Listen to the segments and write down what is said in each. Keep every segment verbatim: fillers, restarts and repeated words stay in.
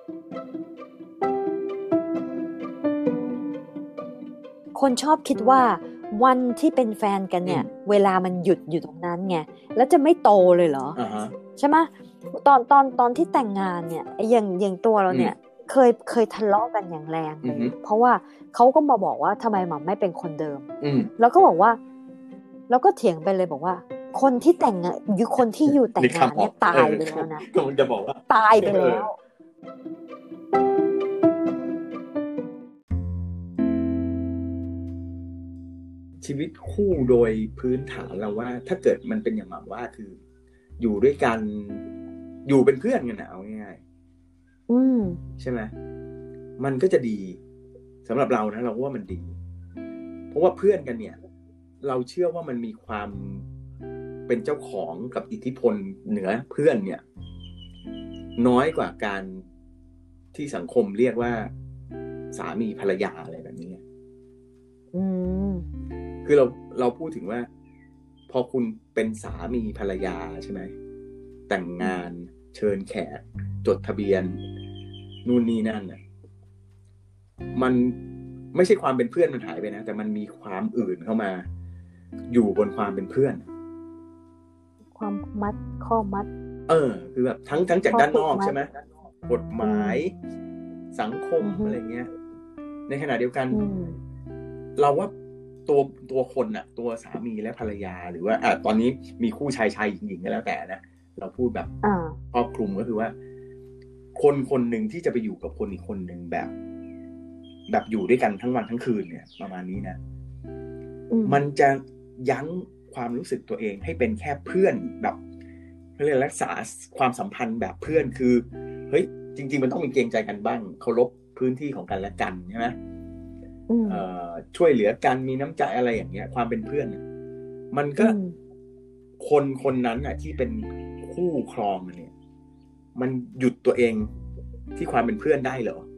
คนชอบคิดว่าวันที่เป็นแฟนกันเนี่ยเวลามันหยุดอยู่ตรงนั้นไงแล้วจะไม่โตเลยเหรอ uh-huh. ใช่ไหมตอนตอนตอนที่แต่งงานเนี่ยอย่างอย่างตัวเราเนี่ยเคยเคยทะเลาะกันอย่างแรงเลย เพราะว่าเขาก็มาบอกว่าทำไมหม่อมไม่เป็นคนเดิมแล้วก็บอกว่าแล้วก็เถียงไปเลยบอกว่าคนที่แต่งงานอยู่คนที่อยู่แต่งงานเนี่ยตายไปแล้วนะก็มันจะบอกว่าตายไปแล้วชีวิตคู่โดยพื้นฐานเราว่าถ้าเกิดมันเป็นอย่างหม่ำว่าคืออยู่ด้วยกันอยู่เป็นเพื่อนกันนะเอาง่ายๆอืมใช่ไหมมันก็จะดีสำหรับเรานะเราว่ามันดีเพราะว่าเพื่อนกันเนี่ยเราเชื่อว่ามันมีความเป็นเจ้าของกับอิทธิพลเหนือเพื่อนเนี่ยน้อยกว่าการที่สังคมเรียกว่าสามีภรรยาอะไรแบบนี้อืมคือเราเราพูดถึงว่าพอคุณเป็นสามีภรรยาใช่ไหมแต่งงานเชิญแขกจดทะเบียนนู่นนี่นั่นน่ะมันไม่ใช่ความเป็นเพื่อนมันหายไปนะแต่มันมีความอื่นเข้ามาอยู่บนความเป็นเพื่อนความมัดข้อมัดเออคือแบบทั้งทั้งจากด้านนอกใช่ไหมกฎหมายสังคมอะไรเงี้ยในขณะเดียวกันเราว่าตัวตัวคนน่ะตัวสามีและภรรยาหรือว่าอ่ะตอนนี้มีคู่ชายชายหญิงหญิงก็แล้วแต่นะเราพูดแบบครอบคลุมก็คือว่าคนคนหนึ่งที่จะไปอยู่กับคนอีกคนหนึ่งแบบแบบอยู่ด้วยกันทั้งวันทั้งคืนเนี่ยประมาณนี้นะมันจะยั้งความรู้สึกตัวเองให้เป็นแค่เพื่อนแบบเขาเรียกรักษาความสัมพันธ์แบบเพื่อนคือเฮ้ยจริงๆมันต้องมีเกรงใจกันบ้างเคารพพื้นที่ของกันและกันใช่ไหมช่วยเหลือกันมีน้ำใจอะไรอย่างเงี้ยความเป็นเพื่อนมันก็คนคนนั้นอ่ะที่เป็นคู่ครองเนี่ยมันหยุดตัวเองที่ความเป็นเพื่อนได้เหรอ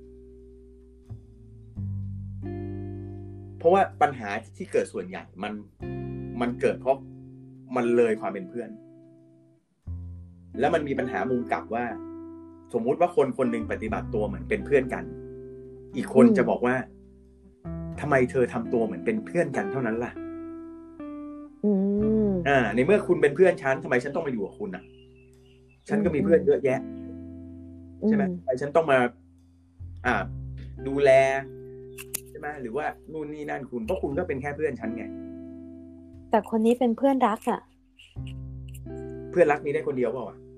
เพราะว่าปัญหาที่เกิดส่วนใหญ่มันมันเกิดเพราะมันเลยความเป็นเพื่อนแล้วมันมีปัญหามุมกลับว่าสมมุติว่าคนคนหนึ่งปฏิบัติตัวเหมือนเป็นเพื่อนกันอีกคนจะบอกว่าทำไมเธอทำตัวเหมือนเป็นเพื่อนกันเท่านั้นล่ะอืมอ่าในเมื่อคุณเป็นเพื่อนฉันทำไมฉันต้องมาอยู่กับคุณอ่ะฉันก็มีเพื่อนเยอะแยะใช่ไหมทำไมฉันต้องมาอ่าดูแลใช่ไหมหรือว่านู่นนี่นั่นคุณเพราะคุณก็เป็นแค่เพื่อนฉันไงแต่คนนี้เป็นเพื่อนรักอ่ะเพื่อนรักมีได้คนเดียวเปล่าอ่ะ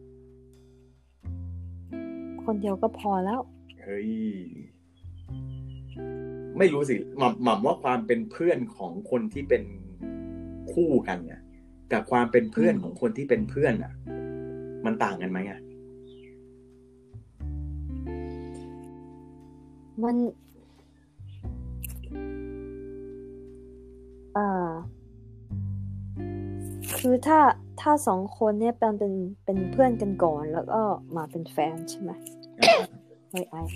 คนเดียวก็พอแล้วเฮ้ยไม่รู้สิหม่ำหม่ำว่าความเป็นเพื่อนของคนที่เป็นคู่กันเนี่ยกับความเป็นเพื่อนของคนที่เป็นเพื่อนอ่ะมันต่างกันไหมอ่ะมันอ่าคือถ้าถ้าสองคนเนี่ยเป็นเป็นเป็นเพื่อนกันก่อนแล้วก็มาเป็นแฟนใช่ไหมไอ้ไอ้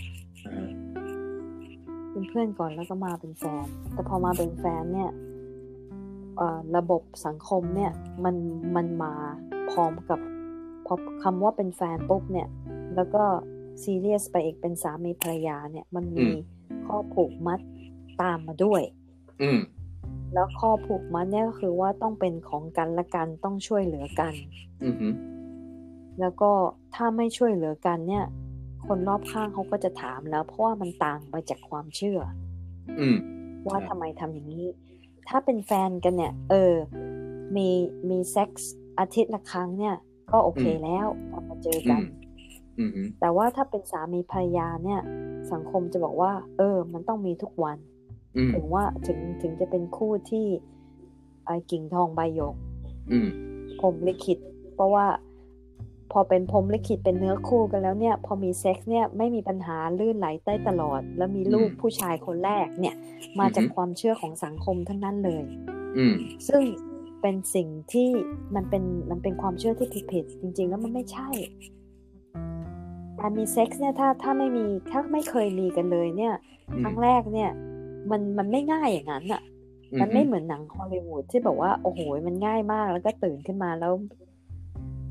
เป็นเพื่อนก่อนแล้วก็มาเป็นแฟนแต่พอมาเป็นแฟนเนี่ยระบบสังคมเนี่ยมันมันมาพร้อมกับพอคำว่าเป็นแฟนปุ๊บเนี่ยแล้วก็ซีเรียสไปอีกเป็นสามีภรรยาเนี่ยมันมีข้อผูกมัดตามมาด้วยแล้วข้อผูกมัดเนี่ยก็คือว่าต้องเป็นของกันและกันต้องช่วยเหลือกันแล้วก็ถ้าไม่ช่วยเหลือกันเนี่ยคนรอบข้างเขาก็จะถามแล้วเพราะว่ามันต่างไปจากความเชื่อว่าทำไมทำอย่างนี้ถ้าเป็นแฟนกันเนี่ยเออมีมีเซ็กส์อาทิตย์ละครั้งเนี่ยก็โอเคแล้วพอมาเจอกันแต่ว่าถ้าเป็นสามีภรรยาเนี่ยสังคมจะบอกว่าเออมันต้องมีทุกวันถึงว่าถึงถึงจะเป็นคู่ที่ไอ้กิ่งทองใบหยกพรหมลิขิตเพราะว่าพอเป็นพรหมลิขิตเป็นเนื้อคู่กันแล้วเนี่ยพอมีเซ็กส์เนี่ยไม่มีปัญหาลื่นไหลได้ตลอดแล้วมีลูกผู้ชายคนแรกเนี่ยมาจากความเชื่อของสังคมทั้งนั้นเลยซึ่งเป็นสิ่งที่มันเป็นมันเป็นความเชื่อที่ผิดๆจริงๆแล้วมันไม่ใช่การมีเซ็กส์เนี่ยถ้าถ้าไม่มีถ้าไม่เคยมีกันเลยเนี่ยครั้งแรกเนี่ยมันมันไม่ง่ายอย่างนั้นอ่ะมันไม่เหมือนหนังฮอลลีวูดที่บอกว่าโอ้โหมันง่ายมากแล้วก็ตื่นขึ้นมาแล้ว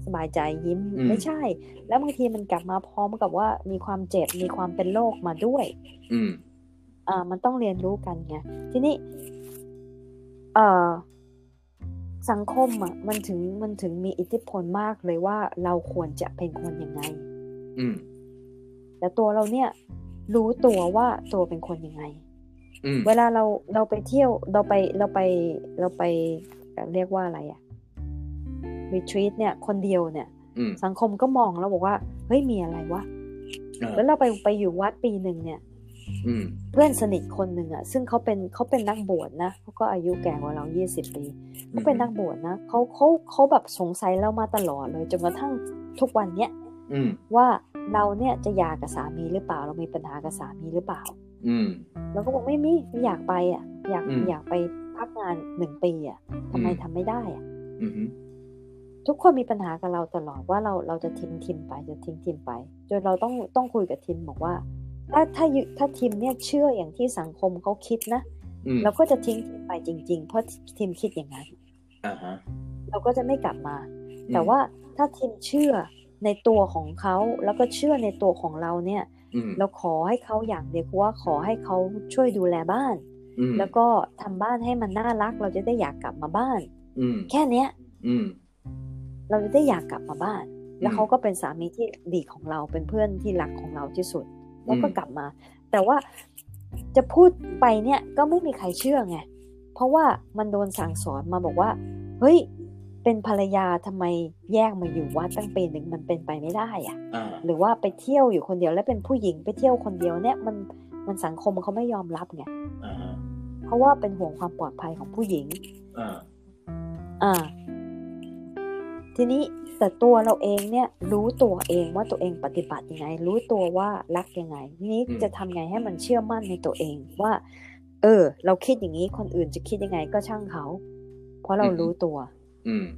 สบายใจยิ้มไม่ใช่แล้วบางทีมันกลับมาพร้อมกับว่ามีความเจ็บมีความเป็นโรคมาด้วยอืมอ่ามันต้องเรียนรู้กันไงทีนี้เอ่อสังคมอ่ะมันถึงมันถึงมีอิทธิพลมากเลยว่าเราควรจะเป็นคนยังไงอืมแต่ตัวเราเนี่ยรู้ตัวว่าตัวเป็นคนยังไงเวลาเราเราไปเที่ยวเราไปเราไปเราไปเรียกว่าอะไรอะรีทรีตเนี่ยคนเดียวเนี่ยสังคมก็มองแล้วบอกว่าเฮ้ยมีอะไรวะแล้วเราไปไปอยู่วัดปีหนึ่งเนี่ยเพื่อนสนิทคนหนึ่งอะซึ่งเขาเป็นเขาเป็นนักบวชนะเขาก็อายุแก่กว่าเรายี่สิบปีเขาเป็นนักบวชนะเขาเขาเขาแบบสงสัยเรามาตลอดเลยจนกระทั่งทุกวันเนี้ยว่าเราเนี่ยจะหย่ากับสามีหรือเปล่าเรามีปัญหากับสามีหรือเปล่าเราก็บอกไม่มีไม่อยากไปอ่ะอยากอยากไปพักงานหนึ่งปีอ่ะทำไมทำไม่ได้อ่ะทุกคนมีปัญหากับเราตลอดว่าเราเราจะทิ้งทิมไปจะทิ้งทิมไปจนเราต้องต้องคุยกับทิมบอกว่าถ้าถ้าถ้าทิมเนี่ยเชื่ออย่างที่สังคมเขาคิดนะเราก็จะทิ้งทิมไปจริงๆเพราะทิมคิดอย่างนั้นเราก็จะไม่กลับมาแต่ว่าถ้าทิมเชื่อในตัวของเขาแล้วก็เชื่อในตัวของเราเนี่ยเราขอให้เขาอย่างเดียวว่าขอให้เขาช่วยดูแลบ้านแล้วก็ทำบ้านให้มันน่ารักเราจะได้อยากกลับมาบ้านแค่เนี้ยเราจะได้อยากกลับมาบ้านแล้วเขาก็เป็นสามีที่ดีของเราเป็นเพื่อนที่รักของเราที่สุดแล้วก็กลับมาแต่ว่าจะพูดไปเนี่ยก็ไม่มีใครเชื่อไงเพราะว่ามันโดนสั่งสอนมาบอกว่าเฮ้ยเป็นภรรยาทำไมแยกมาอยู่วัดตั้งปีหนึ่งมันเป็นไปไม่ได้อ่ะหรือว่าไปเที่ยวอยู่คนเดียวแล้วเป็นผู้หญิงไปเที่ยวคนเดียวเนี่ยมันมันสังคมเขาไม่ยอมรับไงเพราะว่าเป็นห่วงความปลอดภัยของผู้หญิงอ่าทีนี้แต่ตัวเราเองเนี่ยรู้ตัวเองว่าตัวเองปฏิบัติยังไงรู้ตัวว่ารักยังไงนี้จะทำไงให้มันเชื่อมั่นในตัวเองว่าเออเราคิดอย่างนี้คนอื่นจะคิดยังไงก็ช่างเขาเพราะเรารู้ตัวอืม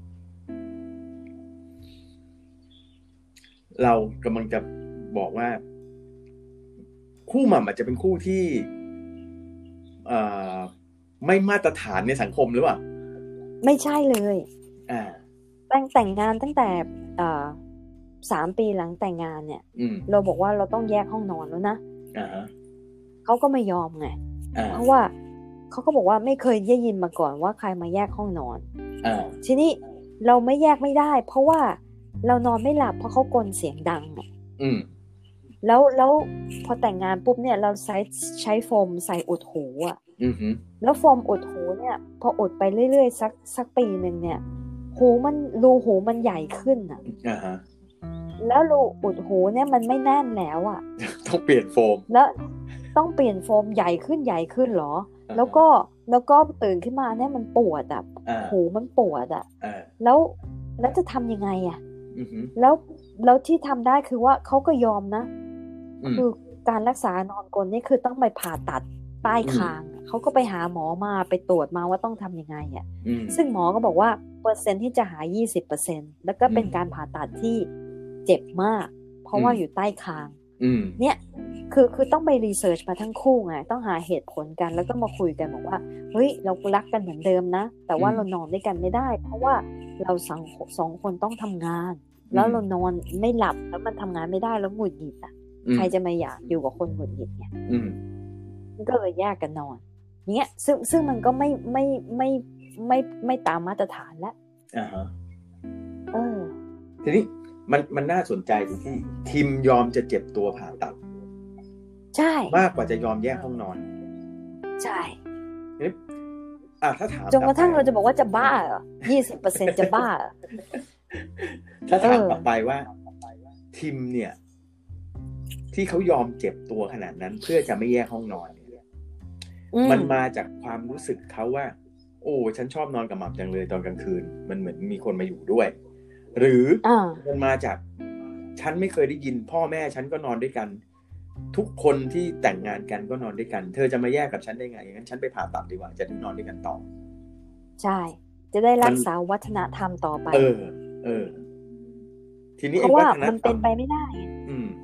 เรากำลังจะบอกว่าคู่หม่ำอาจจะเป็นคู่ที่เอ่อไม่มาตรฐานในสังคมหรือเปล่าไม่ใช่เลยอ่าแต่งแต่งงานตั้งแต่อ่าสามปีหลังแต่งงานเนี่ยเราบอกว่าเราต้องแยกห้องนอนแล้วนะอ่าฮะเขาก็ไม่ยอมไงเพราะว่าเขาก็บอกว่าไม่เคยได้ยินมาก่อนว่าใครมาแยกห้องนอนทีนี้เราไม่แยกไม่ได้เพราะว่าเรานอนไม่หลับเพราะเขากลเสียงดังอ่ะแล้วแล้วพอแต่งงานปุ๊บเนี่ยเราใช้ใช้โฟมใส่อุดหูอ่ะแล้วโฟมอุดหูเนี่ยพออุดไปเรื่อยๆสักสักปีนึงเนี่ยหูมันรูหูมันใหญ่ขึ้นอ่ะแล้วรูอุดหูเนี่ยมันไม่แน่นแล้วอ่ะต้องเปลี่ยนโฟมแล้วต้องเปลี่ยนโฟมใหญ่ขึ้นใหญ่ขึ้นเหรอแล้วก็แล้วก็ตื่นขึ้นมาเนี่ยมันปวดอ่ะหูมันปวดอ่ะแล้วแล้วจะทำยังไงอ่ะแล้วแล้วที่ทำได้คือว่าเขาก็ยอมนะคือการรักษานอนกลนนี่คือต้องไปผ่าตัดใต้คางเขาก็ไปหาหมอมาไปตรวจมาว่าต้องทำยังไงอ่ะซึ่งหมอก็บอกว่าเปอร์เซ็นต์ที่จะหาย ยี่สิบเปอร์เซ็นต์ แล้วก็เป็นการผ่าตัดที่เจ็บมากเพราะว่าอยู่ใต้คางเนี่ยคือคือต้องไปรีเสิร์ชมาทั้งคู่ไงต้องหาเหตุผลกันแล้วก็มาคุยกันบอกว่าเฮ้ยเรารักกันเหมือนเดิมนะแต่ว่าเรานอนด้วยกันไม่ได้เพราะว่าเราสองสองคนต้องทำงานแล้วเรานอนไม่หลับแล้วมันทำงานไม่ได้แล้วหงุดหงิดอ่ะใครจะมาอยากอยู่กับคนหงุดหงิดเนี่ยมันก็เลยแยกกันนอนเนี้ยซึ่งซึ่งมันก็ไม่ไม่ไม่ไม่ไม่ตามมาตรฐานแล้วอ่าฮะเออทีนี้มันมันน่าสนใจตรงที่ทิมยอมจะเจ็บตัวผ่าตัดใช่มากกว่าจะยอมแยกห้องนอนใช่อ่ะถ้าถามจนกระทั่งเราจะบอกว่าจะบ้าเหรอ ยี่สิบเปอร์เซ็นต์ จะบ้าถ้าถามต่อไปว่าทิมเนี่ยที่เขายอมเจ็บตัวขนาดนั้นเพื่อจะไม่แยกห้องนอนเนี่ยมันมาจากความรู้สึกเขาว่าโอ้ฉันชอบนอนกับหม่ำจังเลยตอนกลางคืนมันเหมือนมีคนมาอยู่ด้วยหรือมันมาจากฉันไม่เคยได้ยินพ่อแม่ฉันก็นอนด้วยกันทุกคนที่แต่งงานกันก็นอนด้วยกันเธอจะมาแยกกับฉันได้ไงงั้นฉันไปผ่าตัดดีกว่าจะได้นอนด้วยกันต่อใช่จะได้รักษาวัฒนธรรมต่อไปเออเออทีนี้เพราะว่ามันเป็นไปไม่ได้อืม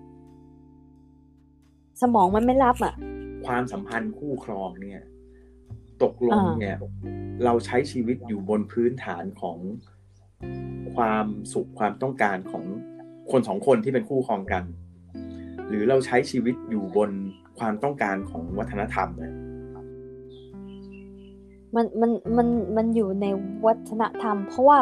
สมองมันไม่รับอ่ะความสัมพันธ์คู่ครองเนี่ยตกลงเนี่ยเราใช้ชีวิตอยู่บนพื้นฐานของความสุขความต้องการของคนสองคนที่เป็นคู่ครองกันหรือเราใช้ชีวิตอยู่บนความต้องการของวัฒนธรรมเนี่ยมันมันมันมันอยู่ในวัฒนธรรมเพราะว่า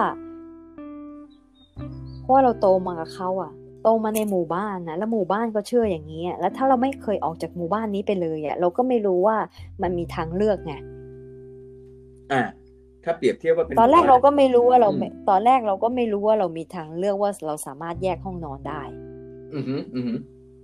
เพราะว่าเราโตมากับเขาอะโตมาในหมู่บ้านนะแล้วหมู่บ้านก็เชื่ออย่างนี้แล้วถ้าเราไม่เคยออกจากหมู่บ้านนี้ไปเลยอะเราก็ไม่รู้ว่ามันมีทางเลือกไงอ่าถ้าเปรียบเทียบว่าเป็นตอนแรกเราก็ไม่รู้ว่าเราตอนแรกเราก็ไม่รู้ว่าเรามีทางเลือกว่าเราสามารถแยกห้องนอนได้อือฮึอือฮึ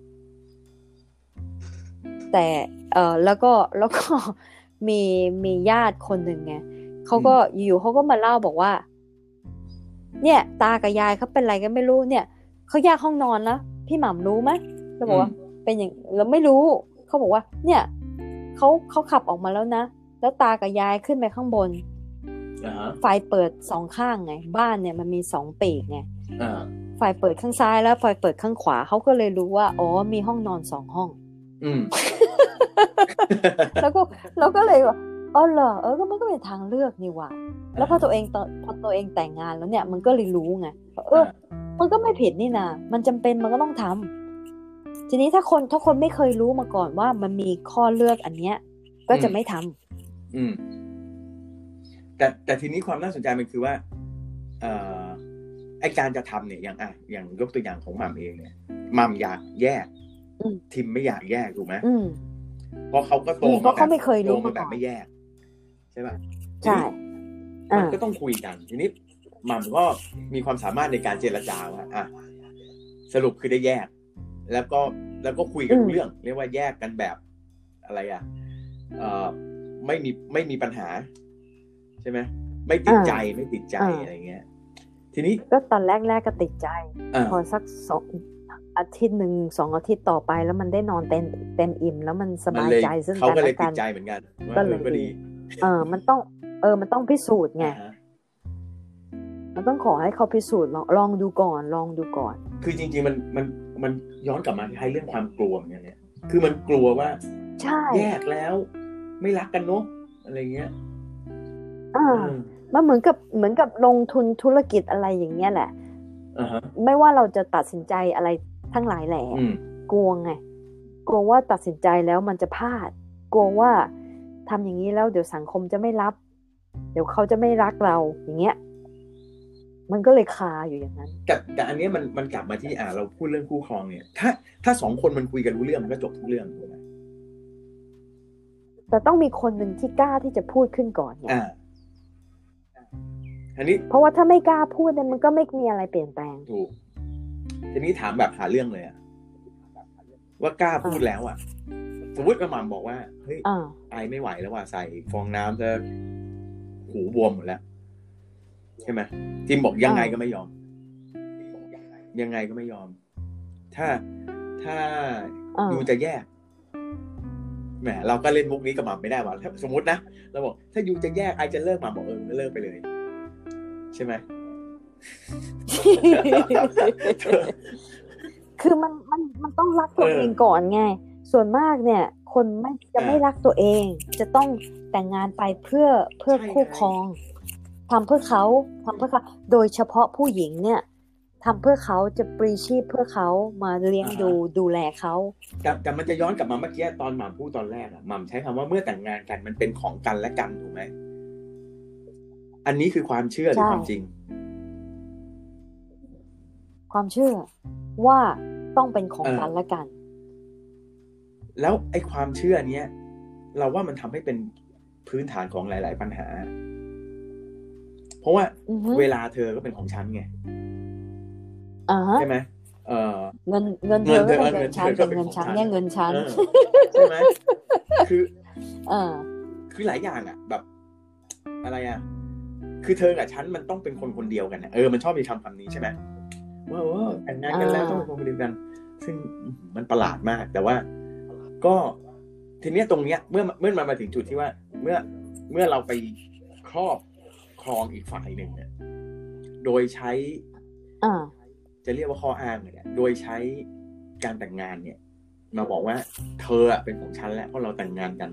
แต่เออแล้วก็แล้วก็มีมีญาติคนหนึ่งไงเขาก็อยู่เขาก็มาเล่าบอกว่าเนี่ยตากับยายเขาเป็นอะไรกันไม่รู้เนี่ยเขาแยกห้องนอนแล้วพี่หม่ำรู้ไหมเราบอกว่าเป็นอย่างเราไม่รู้เขาบอกว่าเนี่ยเขาเขาขับออกมาแล้วนะแล้วตากับยายขึ้นไปข้างบนไฟเปิดสองข้างไงบ้านเนี่ยมันมีสองปีกไงไฟเปิดข้างซ้ายแล้วไฟเปิดข้างขวาเขาก็เลยรู้ว่าอ๋อมีห้องนอนสองห้องอืมแล้วก็แล้วก็เลยว่าอ๋อเหรอเออก็มันก็เป็นทางเลือกนี่หว่าแล้วพอตัวเองตอนพอตัวเองแต่งงานแล้วเนี่ยมันก็เลยรู้ไงเออมันก็ไม่ผิดนี่นะมันจำเป็นมันก็ต้องทำทีนี้ถ้าคนถ้าคนไม่เคยรู้มาก่อนว่ามันมีข้อเลือกอันเนี้ยก็จะไม่ทำอืมแต่แต่ทีนี้ความน่าสนใจมันคือว่าเอ่อไอการจะทำเนี่ยอย่างอ่ะอย่างยกตัวอย่างของหม่ำเองเนี่ยหม่ำอยากแยกทิมไม่อยากแยกถูกไหมเพราะเขาก็โตมาแบบโตมาแบบไม่แยกใช่ป่ะใช่มันก็ต้องคุยกันทีนี้หม่ำก็มีความสามารถในการเจรจาว่าอ่ะสรุปคือได้แยกแล้วก็แล้วก็คุยกันรู้เรื่องเรียกว่าแยกกันแบบอะไรอ่ะเอ่อไม่มีไม่มีปัญหาใช่ไหมไม่ติดใจไม่ติดใจอะไรเงี้ยทีนี้ก็ตอนแรกแรกก็ติดใจพอสักสองอาทิตย์หนึ่งสองอาทิตย์ต่อไปแล้วมันได้นอนเต็มเต็มอิ่มแล้วมันสบายใจซึ่งกันและกันเขาก็เลยติดใจเหมือนกันก็เลยดีเออมันต้องเออมันต้องพิสูจน์ไงมันต้องขอให้เขาพิสูจน์ลองลองดูก่อนลองดูก่อนคือจริงๆมันมันมันย้อนกลับมาที่เรื่องความกลัวเหมือนกันเนี่ยคือมันกลัวว่าแยกแล้วไม่รักกันเนาะอะไรเงี้ยอ่ามันเหมือนกับเหมือนกับลงทุนธุรกิจอะไรอย่างเงี้ยแหละ uh-huh. ไม่ว่าเราจะตัดสินใจอะไรทั้งหลายแหล่กลัวไงกลัวว่าตัดสินใจแล้วมันจะพลาดกลัวว่าทำอย่างนี้แล้วเดี๋ยวสังคมจะไม่รับเดี๋ยวเขาจะไม่รักเราอย่างเงี้ยมันก็เลยคาอยู่อย่างนั้นแต่แต่อันนี้มันมันกลับมาที่อ่าเราพูดเรื่องคู่ครองเนี่ยถ้าถ้าสองคนมันคุยกันรู้เรื่องมันก็จบทุกเรื่องถูกไหมแต่ต้องมีคนหนึ่งที่กล้าที่จะพูดขึ้นก่อนไงอ่าอันนี้เพราะว่าถ้าไม่กล้าพูดเนี่ยมันก็ไม่มีอะไรเปลี่ยนแปลงถูกทีนี้ถามแบบหาเรื่องเลยอะว่ากล้าพูดแล้วอะสมมติว่าหม่ำบอกว่าเฮ้ยไอไม่ไหวแล้วว่ะใส่ฟองน้ำจะหูบวมหมดแล้วใช่ไหมทีมบอกยังไงก็ไม่ยอมยังไงก็ไม่ยอมถ้าถ้ายูจะแยกแหมเราก็เล่นมุกนี้กับหม่ำไม่ได้ว่ะสมมตินะเราบอกถ้ายูจะแยกไอจะเลิกหม่ำบอกเออเลิกไปเลยใช่ไหมคือมันมันมันต้องรักตัวเองก่อนไงส่วนมากเนี่ยคนไม่จะไม่รักตัวเองจะต้องแต่งงานไปเพื่อเพื่อคู่ครองทำเพื่อเขาทำเพื่อเขาโดยเฉพาะผู้หญิงเนี่ยทำเพื่อเขาจะปรีชีพเพื่อเขามาเลี้ยงดูดูแลเขาแต่แต่มันจะย้อนกลับมาเมื่อกี้ตอนหม่ำพูดตอนแรกอะหม่ำใช้คำว่าเมื่อแต่งงานกันมันเป็นของกันและกันถูกไหมอันนี้คือความเชื่อหรือความจริงความเชื่อว่าต้องเป็นของกันและกันแล้วไอ้ความเชื่อเนี้ยเราว่ามันทำให้เป็นพื้นฐานของหลายๆปัญหาเพราะว่า uh-huh. เวลาเธอก็เป็นของฉันไง uh-huh. ใช่ไหมเออเงินเงินเธอก็เป็นเงินฉันเป็นเงินฉันเนี่ยเงินฉันใช่ไหมคือเออคือหลายอย่างอ่ะแบบอะไรอ่ะคือเธอกับฉันมันต้องเป็นคนคนเดียวกันเออมันชอบมีคำคำนี้ใช่ไหมว่าว่าแต่งงานกันแล้วต้องเป็นคนคนเดียวกันซึ่งมันประหลาดมากแต่ว่าก็ทีเนี้ยตรงเนี้ยเมื่อเมื่อมามาถึงจุดที่ว่าเมื่อเมื่อเราไปครอบครองอีกฝ่ายหนึ่งเนี่ยโดยใช้จะเรียกว่าข้ออ้างเนี่ยโดยใช้การแต่งงานเนี่ยมาบอกว่าเธอเป็นของฉันแล้วเพราะเราแต่งงานกัน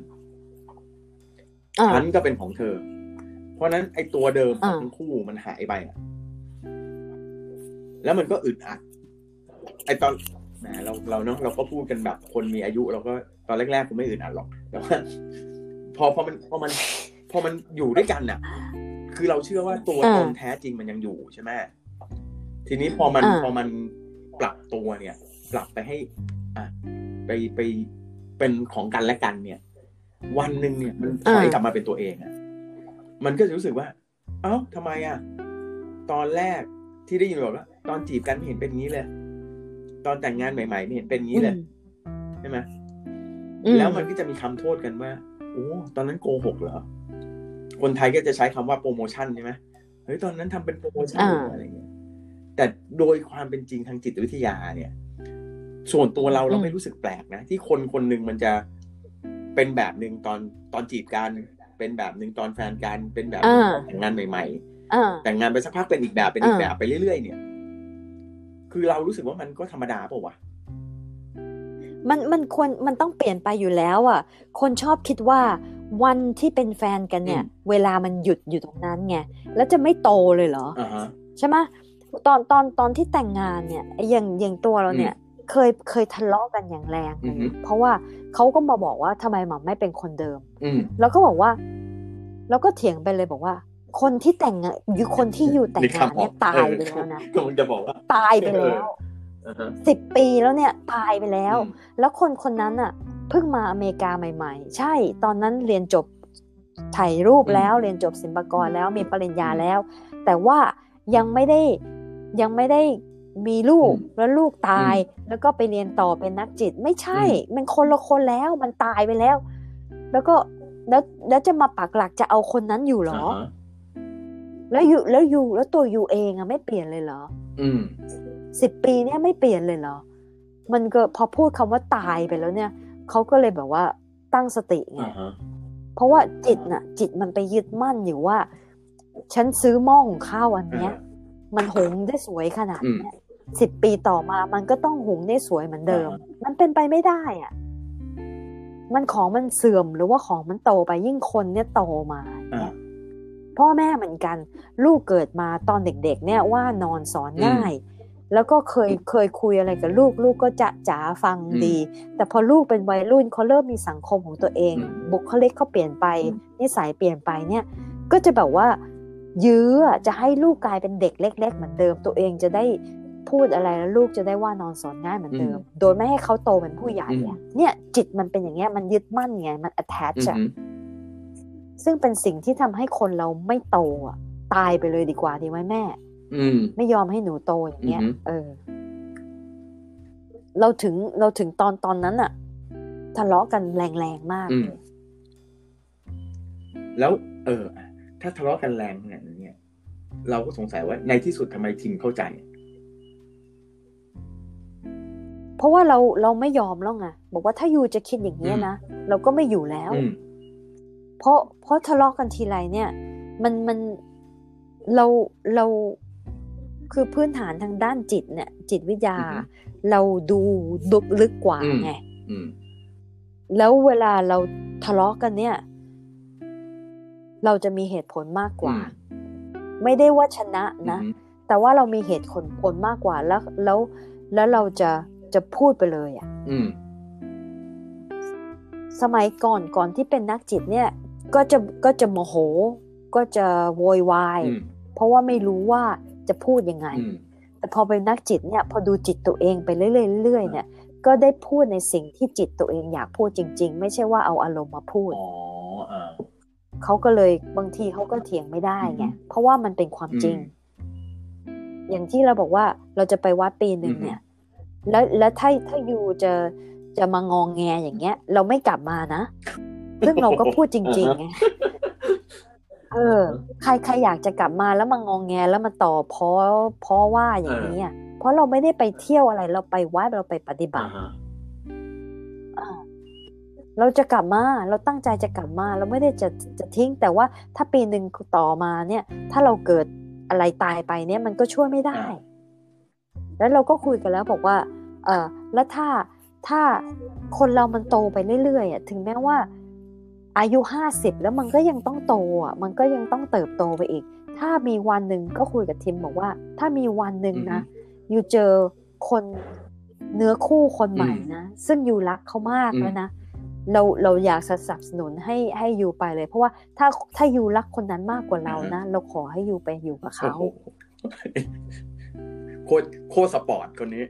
ฉันก็เป็นของเธอเพราะนั้นไอ้ตัวเดิมของทั้งคู่มันหายไปอ่ะแล้วมันก็อึดอัดไอตอนแหมเราเราเนาะเราก็พูดกันแบบคนมีอายุเราก็ตอนแรกๆผมไม่อึดอัดหรอกแต่ว่าพอพอมันพอมันพอมันอยู่ด้วยกันน่ะคือเราเชื่อว่าตัวตนแท้จริงมันยังอยู่ใช่ไหมทีนี้พอมันพอมันปรับตัวเนี่ยปรับไปให้อ่ะไปไปเป็นของกันและกันเนี่ยวันหนึ่งเนี่ยมันถอยกลับมาเป็นตัวเองอ่ะมันก็จะรู้สึกว่าเอ้าทำไมอ่ะตอนแรกที่ได้ยินบอกว่าตอนจีบกันไม่เห็นเป็นงี้เลยตอนแต่งงานใหม่ๆไม่เห็นเป็นงี้เลยใช่ไหมแล้วมันก็จะมีคำโทษกันว่าโอ้ตอนนั้นโกหกเหรอคนไทยก็จะใช้คำว่าโปรโมชั่นใช่ไหมเฮ้ยตอนนั้นทำเป็นโปรโมชั่นอะไรเงี้ยแต่โดยความเป็นจริงทางจิตวิทยาเนี่ยส่วนตัวเราเราไม่รู้สึกแปลกนะที่คนคนหนึ่งมันจะเป็นแบบหนึ่งตอนตอนจีบกันเป็นแบบหนึ่งตอนแฟนกันเป็นแบบนึงตอนแต่งงานใหม่ๆแต่งงานไปสักพักเป็นอีกแบบเป็นอีกแบบไปเรื่อยๆเนี่ยคือเรารู้สึกว่ามันก็ธรรมดาเปล่าวะมันมันควรมันต้องเปลี่ยนไปอยู่แล้วอ่ะคนชอบคิดว่าวันที่เป็นแฟนกันเนี่ยเวลามันหยุดอยู่ตรงนั้นไงแล้วจะไม่โตเลยเหรอ uh-huh. ใช่ไหมตอนตอนตอนที่แต่งงานเนี่ยอย่างอย่างตัวเราเนี่ยเคยเคยทะเลาะกันอย่างแรง uh-huh. เพราะว่าเขาก็มาบอกว่าทำไมหม่ำไม่เป็นคนเดิม uh-huh. แล้วก็บอกว่าแล้วก็เถียงไปเลยบอกว่าคนที่แต่งงานอยู่คนที่อยู่แต่งงานเนี่ยตายไปแล้วนะก็มันจะบอกว่าตายไปแล้วสิบปีแล้วเนี่ยตายไปแล้วแล้วคนคนนั้นอ่ะเพิ่งมาอเมริกาใหม่ๆใช่ตอนนั้นเรียนจบถ่ายรูปแล้วเรียนจบศิลปากรแล้วมีปริญญาแล้วแต่ว่ายังไม่ได้ยังไม่ได้มีลูกแล้วลูกตายแล้วก็ไปเรียนต่อเป็นนักจิตไม่ใช่มันคนละคนแล้วมันตายไปแล้วแล้วก็แล้วแล้วจะมาปักหลักจะเอาคนนั้นอยู่เหรอแล้วอยู่แล้วอยู่แล้วตัวอยู่เองอะไม่เปลี่ยนเลยเหรออืมสิบปีเนี่ยไม่เปลี่ยนเลยเหรอมันก็พอพูดคำว่าตายไปแล้วเนี่ยเขาก็เลยแบบว่าตั้งสติไง uh-huh. เพราะว่าจิตน่ะจิตมันไปยึดมั่นอยู่ว่าฉันซื้อหม้อหุงข้าวอันเนี้ย uh-huh. มันหุงได้สวยขนาดเนี้ยสิบปีต่อมามันก็ต้องหุงได้สวยเหมือนเดิม uh-huh. มันเป็นไปไม่ได้อ่ะมันของมันเสื่อมหรือว่าของมันโตไปยิ่งคนเนี่ยโตมา uh-huh.พ่อแม่เหมือนกันลูกเกิดมาตอนเด็กๆเนี่ยว่านอนสอนง่ายแล้วก็เคยเคยคุยอะไรกับลูกลูกก็จะจ๋าฟังดีแต่พอลูกเป็นวัยรุ่นเขาเริ่มมีสังคมของตัวเองบุคลิกเขาเปลี่ยนไปนิสัยเปลี่ยนไปเนี่ยก็จะแบบว่ายื้อจะให้ลูกกลายเป็นเด็กเล็กๆเหมือนเดิมตัวเองจะได้พูดอะไรแล้วลูกจะได้ว่านอนสอนง่ายเหมือนเดิมโดยไม่ให้เขาโตเป็นผู้ใหญ่เนี่ยจิตมันเป็นอย่างเงี้ยมันยึดมั่นไงมัน attach อ่ะซึ่งเป็นสิ่งที่ทำให้คนเราไม่โตอ่ะตายไปเลยดีกว่าดีไหมแม่ไม่ยอมให้หนูโตอย่างเงี้ยเออเราถึงเราถึงตอนตอนนั้นอ่ะทะเลาะกันแรงๆมากแล้วเออถ้าทะเลาะกันแรงเนี่ยเนี่ยเราก็สงสัยว่าในที่สุดทำไมทิมเข้าใจเพราะว่าเราเราไม่ยอมแล้วไงบอกว่าถ้ายูจะคิดอย่างนี้นะเราก็ไม่อยู่แล้วเพราะเพราะทะเลาะกันทีไรเนี่ยมันมันเราเราคือพื้นฐานทางด้านจิตเนี่ยจิตวิทยาเราดูดุลึกกว่าไงแล้วเวลาเราทะเลาะกันเนี่ยเราจะมีเหตุผลมากกว่าไม่ได้ว่าชนะนะแต่ว่าเรามีเหตุผลผลมากกว่าแล้วแล้วแล้วเราจะจะพูดไปเลยอ่ะสมัยก่อนก่อนที่เป็นนักจิตเนี่ยก็จะก็จะโมโหก็จะโวยวายเพราะว่าไม่รู้ว่าจะพูดยังไงแต่พอเป็นนักจิตเนี่ยพอดูจิตตัวเองไปเรื่อยๆเนี่ยก็ได้พูดในสิ่งที่จิตตัวเองอยากพูดจริงๆไม่ใช่ว่าเอาอารมณ์มาพูดเขาก็เลยบางทีเขาก็เถียงไม่ได้ไงเพราะว่ามันเป็นความจริงอย่างที่เราบอกว่าเราจะไปวัดปีนึงเนี่ยแล้วแล้วถ้าถ้ายูจะจะมางองแงอย่างเงี้ยเราไม่กลับมานะซึ่งเราก็พูดจริงๆไงเออใครใครอยากจะกลับมาแล้วมางองแงแล้วมาต่อเพราะเพราะว่าอย่างนี้อ่ะเพราะเราไม่ได้ไปเที่ยวอะไรเราไปวัดเราไปปฏิบัติอ่าเราจะกลับมาเราตั้งใจจะกลับมาเราไม่ได้จะจะทิ้งแต่ว่าถ้าปีนึงต่อมาเนี่ยถ้าเราเกิดอะไรตายไปเนี่ยมันก็ช่วยไม่ได้แล้วเราก็คุยกันแล้วบอกว่าเออแล้วถ้าถ้าคนเรามันโตไปเรื่อยๆอ่ะถึงแม้ว่าอายุห้าสิบแล้วมันก็ยังต้องโตอ่ะมันก็ยังต้องเติบโตไปอีกถ้ามีวันนึงก็คุยกับทิมบอกว่าถ้ามีวันนึงนะอยู่เจอคนเนื้อคู่คนใหม่นะซึ่งอยู่รักเขามากแล้วนะเราเราอยากสนับสนุนให้ให้อยู่ไปเลยเพราะว่าถ้าถ้าอยู่รักคนนั้นมากกว่าเรานะเราขอให้อยู่ไปอยู่กับเขาโคตรโคตรสปอร์ตคนนี้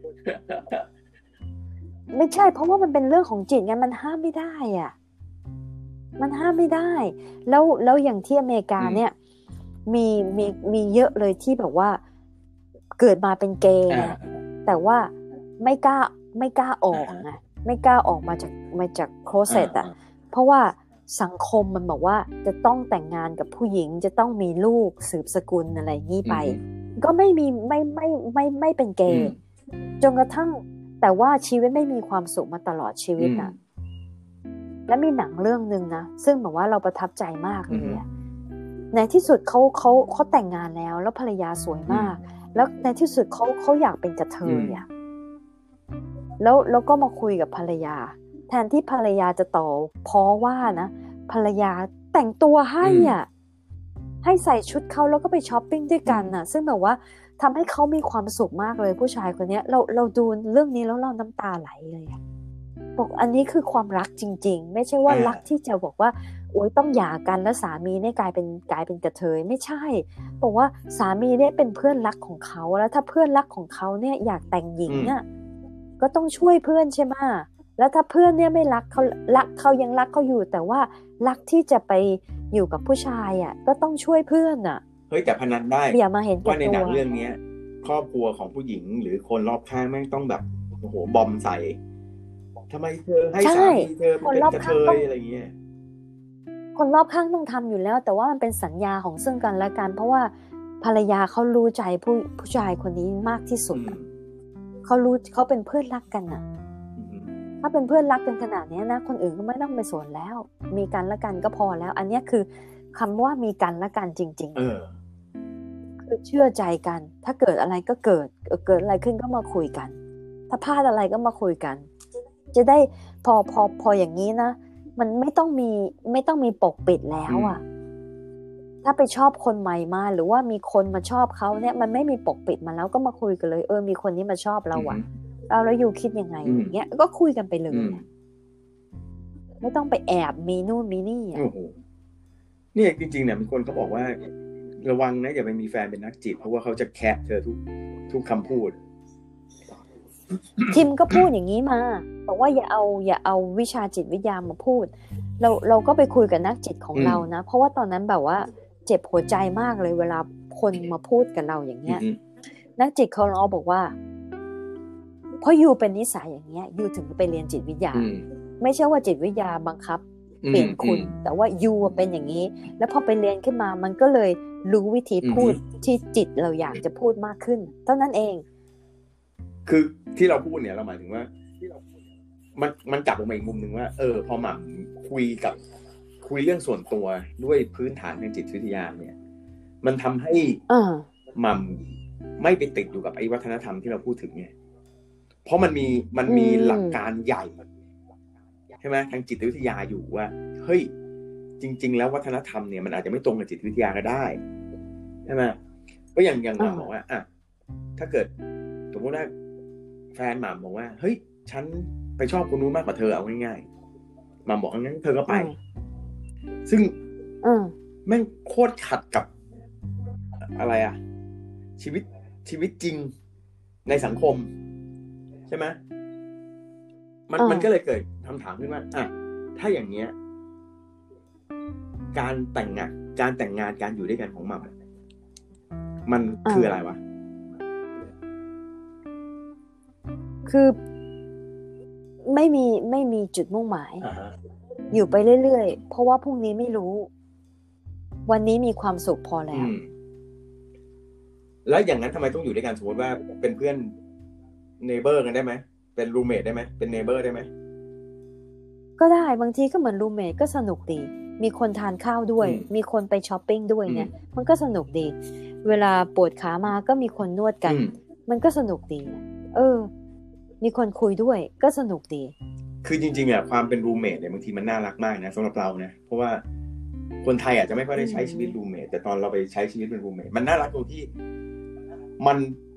ไม่ใช่เพราะว่ามันเป็นเรื่องของจิตไงมันห้ามไม่ได้อ่ะมันห้ามไม่ได้แล้วแล้วอย่างที่อเมริกาเนี่ยมีมีมีเยอะเลยที่แบบว่าเกิดมาเป็นเกย์นะแต่ว่าไม่กล้าไม่กล้าออกไงไม่กล้าออกมาจากมาจากโคลเซ็ตอ่ะเพราะว่าสังคมมันบอกว่าจะต้องแต่งงานกับผู้หญิงจะต้องมีลูกสืบสกุลอะไรงี้ไปก็ไม่มีไม่ไม่ไม่ไม่เป็นเกย์จนกระทั่งแต่ว่าชีวิตไม่มีความสุขมาตลอดชีวิตอ่ะและมีหนังเรื่องนึงนะซึ่งแบบว่าเราประทับใจมากเลยอ่ะในที่สุดเขาเขาเขาแต่งงานแล้วแล้วภรรยาสวยมากแล้วในที่สุดเขาเขาอยากเป็นกระเทยอ่ะแล้วแล้วก็มาคุยกับภรรยาแทนที่ภรรยาจะต่อเพราะว่านะภรรยาแต่งตัวให้อ่ะให้ใส่ชุดเขาแล้วก็ไปช้อปปิ้งด้วยกันน่ะซึ่งแบบว่าทำให้เขามีความสุขมากเลยผู้ชายคนนี้เราเราดูเรื่องนี้แล้วเราน้ำตาไหลเลยอ่ะบอกอันนี้คือความรักจริงๆไม่ใช่ว่ารักที่จะบอกว่าโอ๊ยต้องหย่ากันแล้วสามีเนี่ยกลายเป็นกลายเป็นกระเทยไม่ใช่บอกว่าสามีเนี่ยเป็นเพื่อนรักของเขาแล้วถ้าเพื่อนรักของเขาเนี่ยอยากแต่งหญิงอ่ะก็ต้องช่วยเพื่อนใช่ไหมแล้วถ้าเพื่อนเนี่ยไม่รักเขารักเขายังรักเขาอยู่แต่ว่ารักที่จะไปอยู่กับผู้ชายอ่ะก็ต้องช่วยเพื่อนอ่ะเฮ้ยแต่พนันได้อย่ามาเห็นว่าในหนังเรื่องนี้ครอบครัวของผู้หญิงหรือคนรอบข้างแม่งต้องแบบโอ้โหบอมใส่ทำไมเธอให้สามีเธอเป็นกระเทยอะไรเงี้ยคนรอบข้างต้องทำอยู่แล้วแต่ว่ามันเป็นสัญญาของซึ่งกันและกันเพราะว่าภรรยาเขารู้ใจผู้ผู้ชายคนนี้มากที่สุดเขารู้เขาเป็นเพื่อนรักกันอ่ะถ้าเป็นเพื่อนรักกันขนาดนี้นะคนอื่นก็ไม่ต้องไปสนแล้วมีกันและกันก็พอแล้วอันนี้คือคำว่ามีกันและกันจริงๆเออคือเชื่อใจกันถ้าเกิดอะไรก็เกิดเกิดอะไรขึ้นก็มาคุยกันถ้าพลาดอะไรก็มาคุยกันจะได้พอพอพออย่างนี้นะมันไม่ต้องมีไม่ต้องมีปกปิดแล้วอ่ะถ้าไปชอบคนใหม่มาหรือว่ามีคนมาชอบเขาเนี่ยมันไม่มีปกปิดมาแล้วก็มาคุยกันเลยเออมีคนนี้มาชอบเราอ่ะเอาแล้วอยู่คิดยังไงอย่างเงี้ยก็คุยกันไปเลยไม่ต้องไปแอบมีนู่นมีนี่อ่ะเนี่ยจริงๆเนี่ยมีคนเขาบอกว่าระวังนะอย่าไปมีแฟนเป็นนักจิตเพราะว่าเขาจะแคะเธอทุกทุกคำพูดทิมก็พูดอย่างนี้มาบอกว่าอย่าเอาอย่าเอาวิชาจิตวิทยามาพูดเราเราก็ไปคุยกับนักจิตของเรานะเพราะว่าตอนนั้นแบบว่าเจ็บหัวใจมากเลยเวลาคนมาพูดกับเราอย่างเงี้ยนักจิตเขาเราบอกว่าเพราะยูเป็นนิสัยอย่างเงี้ยยูถึงไปเรียนจิตวิทยาไม่ใช่ว่าจิตวิทยาบังคับเปลี่ยนคุณแต่ว่ายูเป็นอย่างนี้แล้วพอไปเรียนขึ้นมามันก็เลยรู้วิธีพูดที่จิตเราอยากจะพูดมากขึ้นเท่านั้นเองคือที่เราพูดเนี่ยเราหมายถึงว่ามันมันกลับลงมาอีกมุมนึงว่าเออพอหม่ำคุยกับคุยเรื่องส่วนตัวด้วยพื้นฐานทางจิตวิทยาเนี่ยมันทำให้หม่ำไม่ไปติดอยู่กับไอ้วัฒนธรรมที่เราพูดถึงไงเพราะมันมีมันมีหลักการใหญ่ใช่ไหมทางจิตวิทยาอยู่ว่าเฮ้ยจริงๆแล้ววัฒนธรรมเนี่ยมันอาจจะไม่ตรงกับจิตวิทยาก็ได้ใช่ไหมก็อย่างอย่างหม่ำบอกว่าอ่ะถ้าเกิดสมมติว่าแฟนหม่ำบอกว่าเฮ้ยฉันไปชอบคนนู้นมากกว่าเธอเอาง่ายๆหม่ำบอกงั้นเธอก็ไปซึ่งแม่งโคตรขัดกับอะไรอ่ะชีวิตชีวิตจริงในสังคมใช่ไหมมันมันก็เลยเกิดคำถามขึ้นว่าอ่ะถ้าอย่างเงี้ยการแต่งงานการแต่งงานการอยู่ด้วยกันของหม่ำมันคืออะไรวะคือไม่มีไม่มีจุดมุ่งหมาย uh-huh. อยู่ไปเรื่อยๆเพราะว่าพรุ่งนี้ไม่รู้วันนี้มีความสุขพอแล้วแล้วอย่างนั้นทำไมต้องอยู่ด้วยกันสมมติว่าเป็นเพื่อนเนเบอร์กันได้ไหมเป็นรูมเมทได้ไหมเป็นเนเบอร์ได้ไหมก็ได้บางทีก็เหมือนรูมเมทก็สนุกดีมีคนทานข้าวด้วยมีคนไปช้อปปิ้งด้วยเนี่ยมันก็สนุกดีเวลาปวดขามาก็มีคนนวดกันมันก็สนุกดีเออมีคนคุยด้วยก็สนุกดีคือจริงๆอ่ะความเป็นรูมเมทเนี่ยบางทีมันน่ารักมากนะสำหรับเรานะเพราะว่าคนไทยอาจจะไม่ค่อยได้ใช้ชีวิตรูมเมทแต่ตอนเราไปใช้ชีวิตเป็นรูมเมทมันน่ารักตรงที่มัน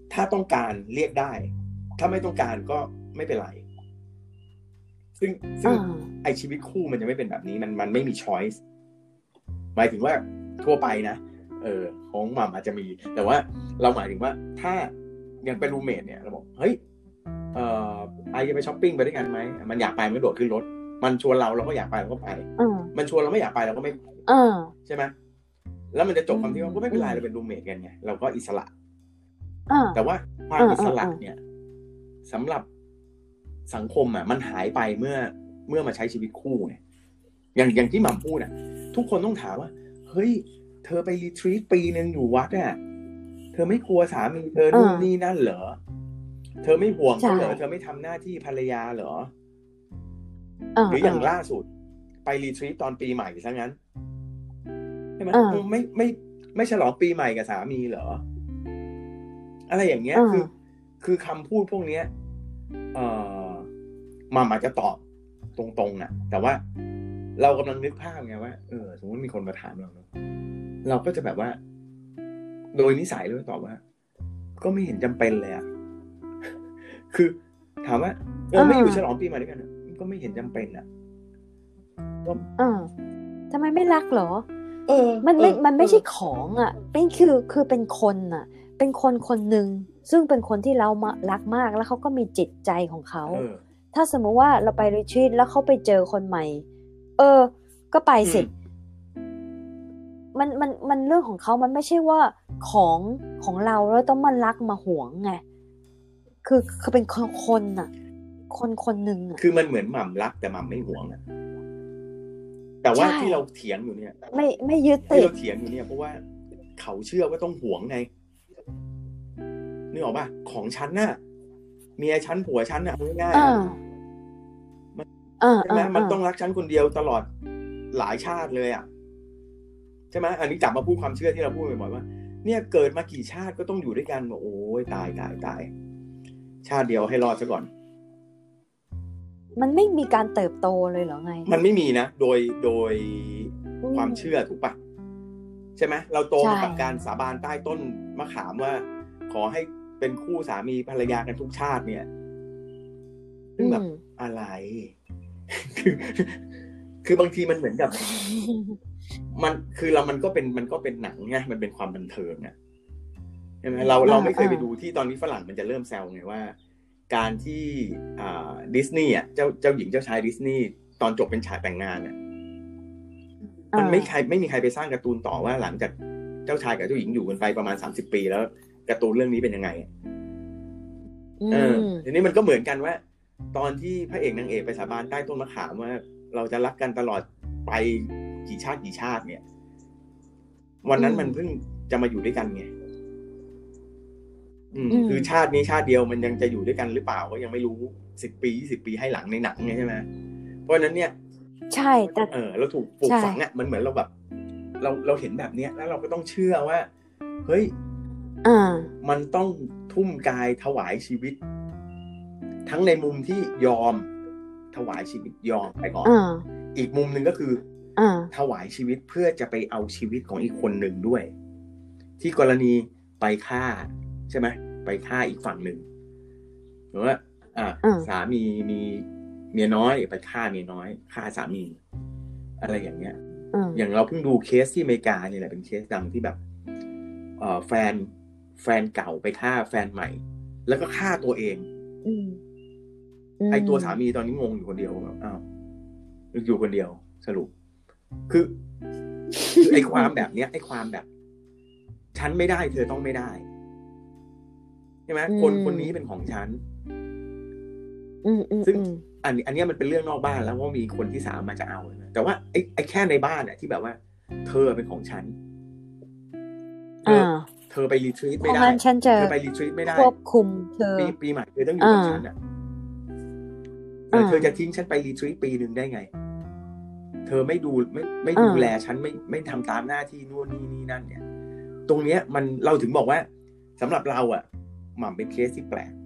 ถ้าต้องการเรียกได้ถ้าไม่ต้องการก็ไม่เป็นไรซึ่งซึ่งไอชีวิตคู่มันจะไม่เป็นแบบนี้มันมันไม่มี choice หมายถึงว่าทั่วไปนะเออของหม่ำอาจจะมีแต่ว่าเราหมายถึงว่าถ้ายังเป็นรูเมทเนี่ยเราบอกเฮ้ยเอ่อไอจะไปช้อปปิ้งไปด้วยกันไหมมันอยากไปมันก็โดดขึ้นรถมันชวนเราเราก็อยากไปเราก็ไปมันชวนเราไม่อยากไปเราก็ไม่ใช่ไหมแล้วมันจะจบคำที่ว่าก็ไม่เป็นไรเราเป็นรูเมทกันไงเราก็อิสระแต่ว่าความอิสระเนี่ยสำหรับสังคมอ่ะมันหายไปเมื่อเมื่อมาใช้ชีวิตคู่ไงอย่างอย่างที่หม่ำพูดอ่ะทุกคนต้องถามว่าเฮ้ยเธอไปรีทรีตปีนึงอยู่วัดอ่ะเธอไม่กลัวสามีเธอนู่นนี่นั่นเหรอเธอไม่ห่วงเขาเหรอเธอไม่ทำหน้าที่ภรรยาเหรอหรืออย่างล่าสุดไปรีทรีตตอนปีใหม่ซะงั้นใช่ไหมไม่ไม่ไม่ฉลองปีใหม่กับสามีเหรออะไรอย่างเงี้ยคือคือคำพูดพวกเนี้ยเอ่อมาอาจจะตอบตรงๆน่ะแต่ว่าเรากำลังนึกภาพไงว่าเออสมมติมีคนมาถามเราเนาะเราก็จะแบบว่าโดยนิสัยเราตอบว่าก็ไม่เห็นจำเป็นเลยอ่ะคือถามว่าเออไม่อยู่ฉลองปีใหม่ด้วยกันก็ไม่เห็นจำเป็นอ่ะก็อ่าทำไมไม่รักเหรอเออมันไม่มันไม่ใช่ของอ่ะเป็นคือคือเป็นคนอ่ะเป็นคนคนหนึ่งซึ่งเป็นคนที่เรามารักมากแล้วเขาก็มีจิตใจของเขาถ้าสมมติว่าเราไปรีทรีตแล้วเขาไปเจอคนใหม่เออก็ไปสิมันมันมันเรื่องของเขามันไม่ใช่ว่าของของเราแล้วต้องมารักมาหวงไงคือคือเป็นคนน่ะคนคนหนึ่งอ่ะคือมันเหมือนหม่ำรักแต่หม่ำไม่หวงอ่ะแต่ว่าที่เราเถียงอยู่เนี่ยไม่ไม่ยึดติดที่เราเถียงอยู่เนี่ยเพราะว่าเขาเชื่อว่าต้องหวงไงนึกออกป่ะของฉันน่ะเมียฉันผัวฉันน่ะง่ายๆใช่ไหมมันต้องรักฉันคนเดียวตลอดหลายชาติเลยอ่ะใช่ไหมอันนี้จับมาพูดความเชื่อที่เราพูดบ่อยๆว่าเนี่ยเกิดมากี่ชาติก็ต้องอยู่ด้วยกันโอ้ยตายตายตายชาติเดียวให้รอดซะก่อนมันไม่มีการเติบโตเลยเหรอไงมันไม่มีนะโดยโดยความเชื่อถูกปะใช่ไหมเราโตมากับการสาบานใต้ต้นมะขามว่าขอให้เป็นคู่สามีภรรยากันทุกชาติเนี่ยซึ่งแบบอะไรคือคือบางทีมันเหมือนกับมันคือเรามันก็เป็นมันก็เป็นหนังไงมันเป็นความบันเทิงอ่ะใช่ไหมเราเราไม่เคยไปดูที่ตอนนี้ฝรั่งมันจะเริ่มแซวไงว่าการที่อ่าดิสนีย์อ่ะเจ้าเจ้าหญิงเจ้าชายดิสนีย์ตอนจบเป็นฉากแต่งงานอ่ะมันไม่ใครไม่มีใครไปสร้างการ์ตูนต่อว่าหลังจากเจ้าชายกับเจ้าหญิงอยู่กันไปประมาณสามสิบปีแล้วการ์ตูนเรื่องนี้เป็นยังไงเออทีนี้มันก็เหมือนกันว่าตอนที่พระเอกนางเอกไปสาบานใต้ต้นมะขามว่าเราจะรักกันตลอดไปกี่ชาติกี่ชาติเนี่ยวันนั้นมันเพิ่งจะมาอยู่ด้วยกันไงคือชาตินี้ชาติเดียวมันยังจะอยู่ด้วยกันหรือเปล่าก็ยังไม่รู้สิบปียี่สิบปีให้หลังในหนังไงใช่ไหมเพราะฉะนั้นเนี่ยใช่แต่เออเราถูกปลูกฝังอ่ะมันเหมือนเราแบบเราเราเห็นแบบเนี้ยแล้วเราก็ต้องเชื่อว่าเฮ้ยอ่ามันต้องทุ่มกายถวายชีวิตทั้งในมุมที่ยอมถวายชีวิตยอมไปก่อน อ, อีกมุมหนึ่งก็คืออถวายชีวิตเพื่อจะไปเอาชีวิตของอีกคนหนึ่งด้วยที่กรณีไปฆ่าใช่ไหมไปฆ่าอีกฝั่งหนึ่งหรือว่าอ่าสามีมีเมียน้อยไปฆ่าเมียน้อยฆ่าสามีอะไรอย่างเงี้ยอย่างเราเพิ่งดูเคสที่อเมริกาเนี่ยแหละเป็นเคสดังที่แบบเอ่อแฟนแฟนเก่าไปฆ่าแฟนใหม่แล้วก็ฆ่าตัวเองไอตัวสามีตอนนี้งงอยู่คนเดียวแบบอ้าวอยู่คนเดียวสรุปคือคือไอความแบบเนี้ยไอความแบบฉันไม่ได้เธอต้องไม่ได้ใช่ไหมคนคนนี้เป็นของฉันซึ่งอันนี้อันนี้มันเป็นเรื่องนอกบ้านแล้วว่ามีคนที่สามมาจะเอาแต่ว่าไอไอแค่ในบ้านอ่ะที่แบบว่าเธอเป็นของฉันเธอเธอไปรีทรีตไม่ได้เธอไปรีทรีตไม่ได้ควบคุมเธอปีปีใหม่เธอต้องอยู่กับฉันอ่ะเธอจะทิ้งฉันไปรีทรีตปีนึงได้ไงเธอไม่ดูไม่ไม่ดูแลฉันไม่ไม่ทำตามหน้าที่นู่นนี่นี่นั่นเนี่ยตรงเนี้ยมันเราถึงบอกว่าสำหรับเราอ่ะหม่ำเป็นเคสที่แปลก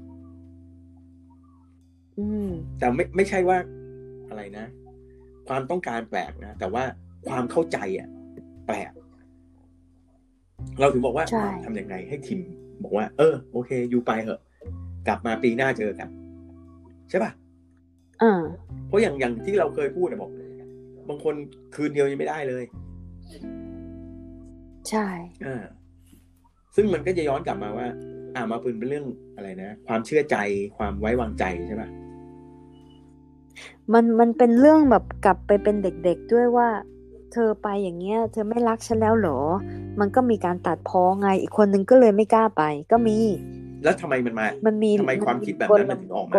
แต่ไม่ไม่ใช่ว่าอะไรนะความต้องการแปลกนะแต่ว่าความเข้าใจอ่ะแปลกเราถึงบอกว่าทำยังไงให้ทีมบอกว่าเออโอเคอยู่ไปเหอะกลับมาปีหน้าเจอกันใช่ป่ะอ่าเพราะอย่างอย่างที่เราเคยพูดนะบอกบางคนคืนเดียวยังไม่ได้เลยใช่อ่าซึ่งมันก็จะย้อนกลับมาว่าอ่ามาปืนเป็นเรื่องอะไรนะความเชื่อใจความไว้วางใจใช่ป่ะมันมันเป็นเรื่องแบบกลับไปเป็นเด็กๆด้วยว่าเธอไปอย่างเงี้ยเธอไม่รักฉันแล้วเหรอมันก็มีการตัดพ้อไงอีกคนนึงก็เลยไม่กล้าไปก็มีแล้วทำไมมันมามันมีทำไมความคิดแบบนั้นมันถึงออกมา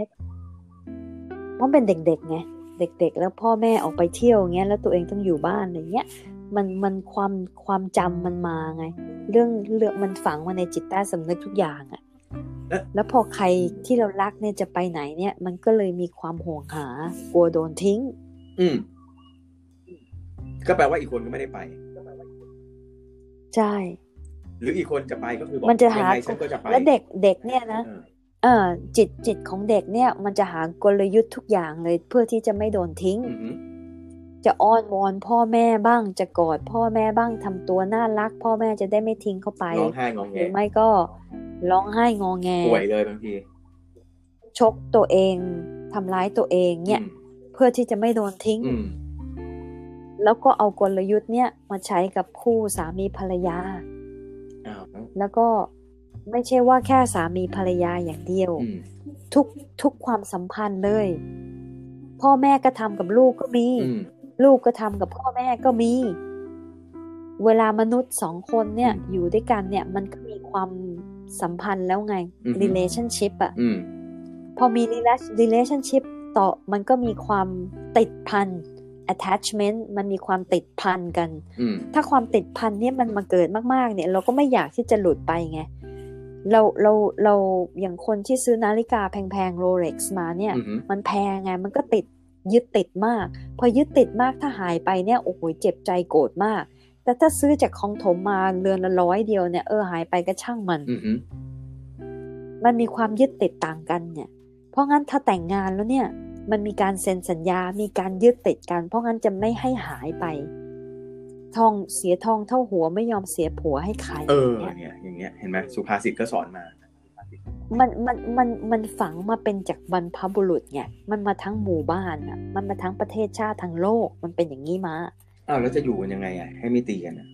เพราะเป็นเด็กๆไงเด็กๆแล้วพ่อแม่ออกไปเที่ยวเงี้ยแล้วตัวเองต้องอยู่บ้านอะไรเงี้ยมันมันความความจำมันมาไงเรื่องเรื่องมันฝังมาในจิตใต้สำนึกทุกอย่างอ่ะแล้วพอใครที่เรารักเนี่ยจะไปไหนเนี่ยมันก็เลยมีความห่วงหากลัวโดนทิ้งอืมก็แปลว่าอีกคนก็ไม่ได้ไปใช่หรืออีกคนจะไปก็คือบอกมันจะหาและเด็กเด็กเนี่ยนะเออจิตจิตของเด็กเนี่ยมันจะหากลยุทธ์ทุกอย่างเลยเพื่อที่จะไม่โดนทิ้งจะอ้อนวอนพ่อแม่บ้างจะกอดพ่อแม่บ้างทำตัวน่ารักพ่อแม่จะได้ไม่ทิ้งเข้าไปร้องไห้งอแงหรือไม่ก็ร้องไห้งอแงป่วยเลยบางทีชกตัวเองทำร้ายตัวเองเนี่ยเพื่อที่จะไม่โดนทิ้งแล้วก็เอากลยุทธ์เนี่ยมาใช้กับคู่สามีภรรยาแล้วก็ไม่ใช่ว่าแค่สามีภรรยาอย่างเดียวทุกทุกความสัมพันธ์เลยพ่อแม่ก็ทำกับลูกก็มีลูกก็ทำกับพ่อแม่ก็มีเวลามนุษย์สองคนเนี่ยอยู่ด้วยกันเนี่ยมันก็มีความสัมพันธ์แล้วไง relationship อ่ะพอมี relationship ต่อมันก็มีความติดพัน attachment มันมีความติดพันกันถ้าความติดพันเนี่ยมันมาเกิดมากๆเนี่ยเราก็ไม่อยากที่จะหลุดไปไงเราเราเราอย่างคนที่ซื้อนาฬิกาแพงๆ Rolex มาเนี่ยมันแพงไงมันก็ติดยึดติดมากพอยึดติดมากถ้าหายไปเนี่ยโอ้โหเจ็บใจโกรธมากแต่ถ้าซื้อจากของถมมาเรือนละร้อยเดียวเนี่ยเออหายไปก็ช่างมันมันมีความยึดติดต่างกันเนี่ยเพราะงั้นถ้าแต่งงานแล้วเนี่ยมันมีการเซ็นสัญญามีการยึดติดกันเพราะงั้นจะไม่ให้หายไปทองเสียทองเท่าหัวไม่ยอมเสียผัวให้ใครเออเนี่ยอย่างเงี้ยเห็นไหมสุภาษิตก็สอนมามันมันมันมันฝังมาเป็นจากบรรพบุรุษไงมันมาทั้งหมู่บ้านอ่ะมันมาทั้งประเทศชาติทั้งโลกมันเป็นอย่างนี้มาอ้าวแล้วจะอยู่กันยังไงอ่ะให้ไม่ตีกันอ่ะ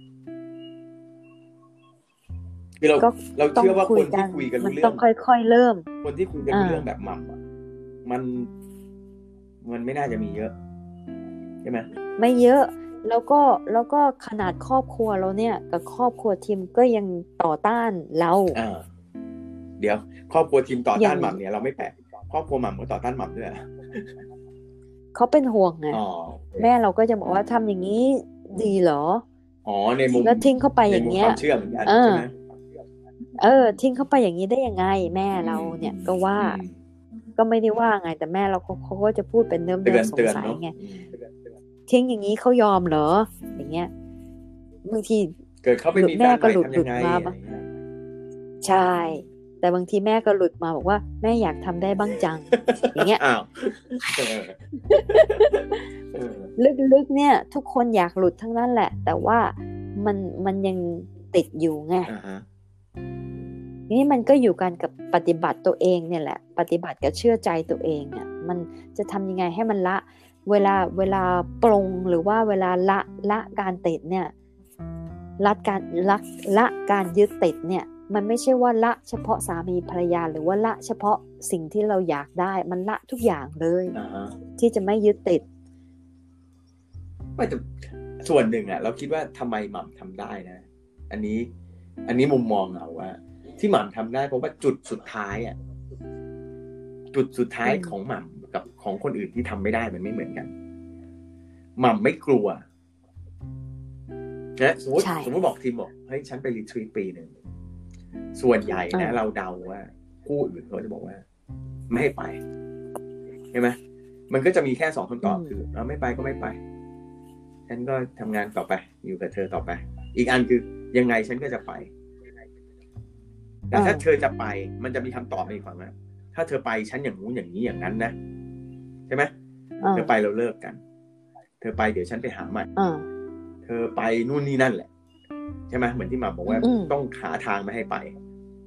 คือเราเราเชื่อว่าคนที่คุยกันรู้เรื่องต้องค่อยๆเริ่มคนที่คุยกันรู้เรื่องแบบหม่ำอ่ะมันมันไม่น่าจะมีเยอะใช่ไหมไม่เยอะแล้วก็แล้วก็ขนาดครอบครัวเราเนี่ยกับครอบครัวทีมก็ยังต่อต้านเราอ่าเดี๋ยวครอบครัวทีมต่อต้านหม่ำเนี่ยเราไม่แปลกครอบครัวหม่ำก็ต่อต้านหม่ำด้วยเขาเป็นห่วงไงแม่เราก็จะบอกว่าทำอย่างนี้ดีเหรออ๋อในมุมแล้วทิ้งเข้าไปอย่างเงี้ยความเชื่อเหมือนกันใช่ไหมเออทิ้งเข้าไปอย่างนี้ได้ยังไงแม่เราเนี่ยก็ว่าก็ไม่ได้ว่าไงแต่แม่เราเขาก็จะพูดเป็นเนิ่มเดิมสงสัยไงทิ้งอย่างนี้เขายอมเหรออย่างเงี้ยบางทีเกิดเขาไปมีแฟนใหม่ทำยังไงใช่แต่บางทีแม่ก็หลุดมาบอกว่าแม่อยากทำได้บ้างจังอย่างเงี้ยลึกๆเนี่ยทุกคนอยากหลุดทั้งนั้นแหละแต่ว่ามันมันยังติดอยู่ไงนี่มันก็อยู่กันกับปฏิบัติตัวเองเนี่ยแหละปฏิบัติกับเชื่อใจตัวเองอ่ะมันจะทำยังไงให้มันละเวลาเวลาปรงหรือว่าเวลาละละการติดเนี่ยละการละละการยึดติดเนี่ยมันไม่ใช่ว่าละเฉพาะสามีภรรยาหรือว่าละเฉพาะสิ่งที่เราอยากได้มันละทุกอย่างเลย uh-huh. ที่จะไม่ยึดติดไม่แต่ส่วนหนึ่งอ่ะเราคิดว่าทำไมหม่ำทำได้นะอันนี้อันนี้มุมมองเราว่าที่หม่ำทำได้เพราะว่าจุดสุดท้ายอ่ะจุดสุดท้ายของหม่ำกับของคนอื่นที่ทำไม่ได้มันไม่เหมือนกันหม่ำไม่กลัวนะสมมติสมมติบอกทีมบอกเฮ้ยฉันไปรีทรีตปีนึงส่วนใหญ่นะเราเดาว่าคู่อื่นเขาจะบอกว่าไม่ให้ไปใช่ไหมมันก็จะมีแค่สองคำตอบคือเราไม่ไปก็ไม่ไปฉันก็ทำงานต่อไปอยู่กับเธอต่อไปอีกอันคือยังไงฉันก็จะไปแต่ถ้าเธอจะไปมันจะมีคำตอบในฝั่งนะถ้าเธอไปฉันอย่างงู้นอย่างนี้อย่างนั้นนะใช่ไหมเธอไปเราเลิกกันเธอไปเดี๋ยวฉันไปหาใหม่เธอไปนู่นนี่นั่นแหละใช่ไหมเหมือนที่หม่ำบอกว่าต้องหาทางไม่ให้ไป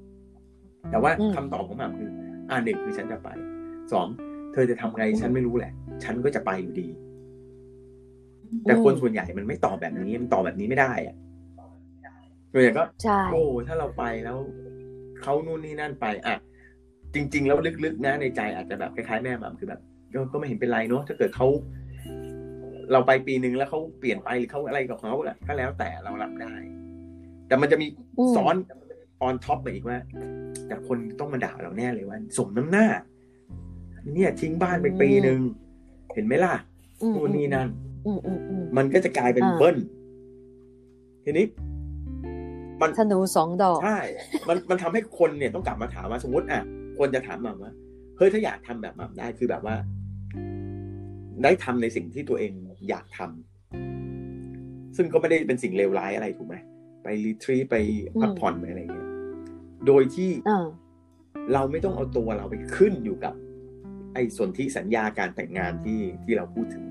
แต่ว่าคำตอบของหม่ำคืออ่าหนึ่งคือฉันจะไปสองเธอจะทำไงฉันไม่รู้แหละฉันก็จะไปอยู่ดีแต่คนส่วนใหญ่มันไม่ตอบแบบนี้มันตอบแบบนี้ไม่ได้อะส่วนใหญ่ก็โอ้ถ้าเราไปแล้วเขานู่นนี่นั่นไปอ่ะจริงๆแล้วลึกๆนะในใจอาจจะแบบคล้ายๆแม่หม่ำคือแบบก็ไม่เห็นเป็นไรเนาะถ้าเกิดเขาเราไปปีนึงแล้วเขาเปลี่ยนไปหรือเขาอะไรกับเขาก็แล้วแต่เรารับได้แต่มันจะมีซ้อนออนท็อปมาอีกว่าแต่คนต้องมาด่าเราแน่เลยว่าสมน้ำหน้าเนี่ยทิ้งบ้านไปปีนึงเห็นไหมล่ะนู่นนี่นั่นมันก็จะกลายเป็นเบิ้ลทีนี้มันธนูสองดอกใช่มันมันทำให้คนเนี่ยต้องกลับมาถามว่าสมมติอ่ะคนจะถามหม่ำว่าเฮ้ยถ้าอยากทำแบบหม่ำได้คือแบบว่าได้ทำในสิ่งที่ตัวเองอยากทำซึ่งก็ไม่ได้เป็นสิ่งเลวร้ายอะไรถูกไหมไปรีทรีตไปพักผ่อนไปอะไรเงี้ยโดยที่เราไม่ต้องเอาตัวเราไปขึ้นอยู่กับไอ้สนธิสัญญาการแต่งงานที่ที่เราพูดถึง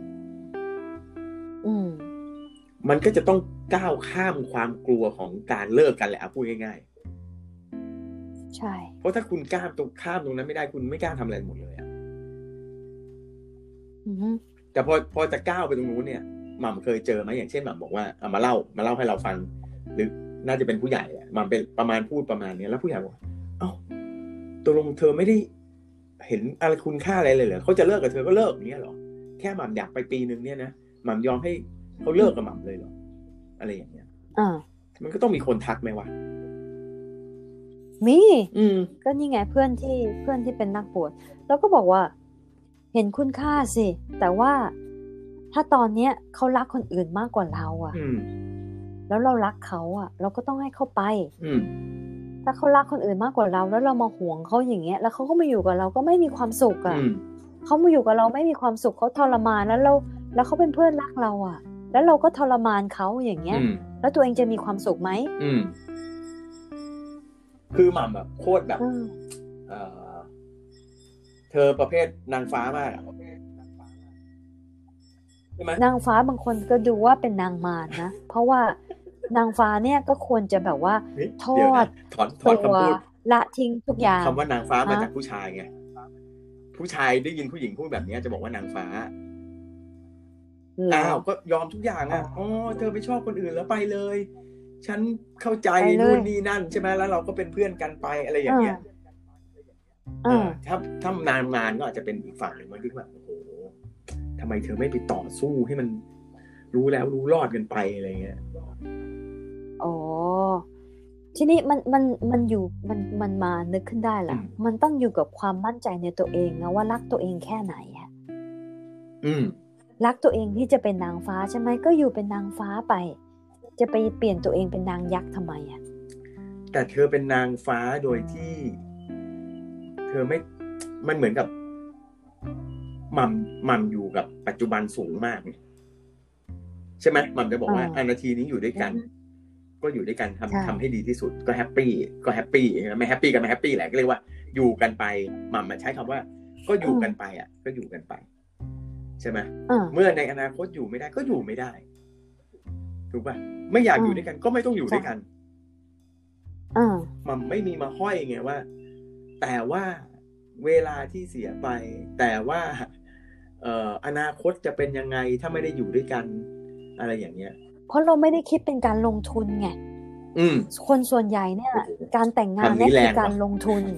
มันก็จะต้องก้าวข้ามความกลัวของการเลิกกันแหละพูดง่ายๆใช่เพราะถ้าคุณก้ามตรงข้ามตรงนั้นไม่ได้คุณไม่กล้าทำอะไรหมดเลยอ่ะแต่พอพอจะก้าวไปตรงนู้นเนี่ยหม่ำเคยเจอไหมอย่างเช่นหม่ำบอกว่าเอามาเล่ามาเล่าให้เราฟังหรือน่าจะเป็นผู้ใหญ่อ่ะหม่ำเป็นประมาณพูดประมาณนี้แล้วผู้ใหญ่บอกเอ้าตกลงเธอไม่ได้เห็นอะไรคุณค่าอะไรเลยเหรอเขาจะเลิกกับเธอก็เลิกอย่างเงี้ยหรอแค่หม่ำอยากไปปีนึงเนี่ยนะหม่ำยอมให้เขาเลิกกับหม่ำเลยเหรออะไรอย่างเงี้ยอ่ามันก็ต้องมีคนทักไหมวะมีอืมก็นี่ไงเพื่อนที่เพื่อนที่เป็นนักบวชแล้วก็บอกว่าเห็นคุณค่าสิแต่ว่าถ้าตอนเนี้ยเขารักคนอื่นมากกว่าเราอ่ะแล้วเรารักเขาอ่ะเราก็ต้องให้เขาไปถ้าเขารักคนอื่นมากกว่าเราแล้วเรามาหวงเขาอย่างเงี้ยแล้วเขาก็มาอยู่กับเราก็ไม่มีความสุขอ่ะเขามาอยู่กับเราไม่มีความสุขเขาทรมานแล้วเราแล้วเขาเป็นเพื่อนรักเราอ่ะแล้วเราก็ทรมานเขาอย่างเงี้ยแล้วตัวเองจะมีความสุขไหมคือหม่ำแบบโคตรแบบเออเธอประเภทนางฟ้ามากใช่ไหมนางฟ้าบางคนก็ดูว่าเป็นนางมารนะเพราะว่านางฟ้าเนี่ยก็ควรจะแบบว่าทอดถอนถอนคำพูดละทิ้งทุกอย่างคำว่านางฟ้ามาจากผู้ชายไงผู้ชายได้ยินผู้หญิงพูดแบบนี้จะบอกว่านางฟ้าอ้าวก็ยอมทุกอย่างอ่ะอ๋อเธอไปชอบคนอื่นแล้วไปเลยฉันเข้าใจนู่นนี่นั่นใช่ไหมแล้วเราก็เป็นเพื่อนกันไปอะไรอย่างเงี้ยถ้าถ้านานนานก็อาจจะเป็นอีกฝั่งหนึ่งมันคือแบบโอ้โหทำไมเธอไม่ไปต่อสู้ให้มันรู้แล้วรู้รอดกันไปอะไรเงี้ยอ๋อทีนี้มันมันมันอยู่มันมันมานึกขึ้นได้ล่ะมันต้องอยู่กับความมั่นใจในตัวเองนะว่ารักตัวเองแค่ไหนอ่ะอืมรักตัวเองที่จะเป็นนางฟ้าใช่ไหมก็อยู่เป็นนางฟ้าไปจะไปเปลี่ยนตัวเองเป็นนางยักษ์ทำไมอ่ะแต่เธอเป็นนางฟ้าโดยที่เธอไม่มันเหมือนกับหม่ำหม่ำอยู่กับปัจจุบันสูงมากใช่ไหมหม่ำจะบอกว่าอ่านาทีนี้อยู่ด้วยกันก็อยู่ด้วยกันทำทำให้ดีที่สุดก็แฮปปี้ก็แฮปปี้ไม่แฮปปี้กันไม่แฮปปี้แหละก็เรียกว่าอยู่กันไปหม่ำใช้คำว่าก็อยู่กันไปอ่ะก็อยู่กันไปใช่ไหมเมื่อในอนาคตอยู่ไม่ได้ก็อยู่ไม่ได้ถูกป่ะไม่อยากอยู่ด้วยกันก็ไม่ต้องอยู่ด้วยกันมันไม่มีมาห้อยไงว่าแต่ว่าเวลาที่เสียไปแต่ว่าเอ่ออนาคตจะเป็นยังไงถ้าไม่ได้อยู่ด้วยกันอะไรอย่างเงี้ยเพราะเราไม่ได้คิดเป็นการลงทุนไงคนส่วนใหญ่เนี่ยการแต่งงานเนี่ยคือการลงทุน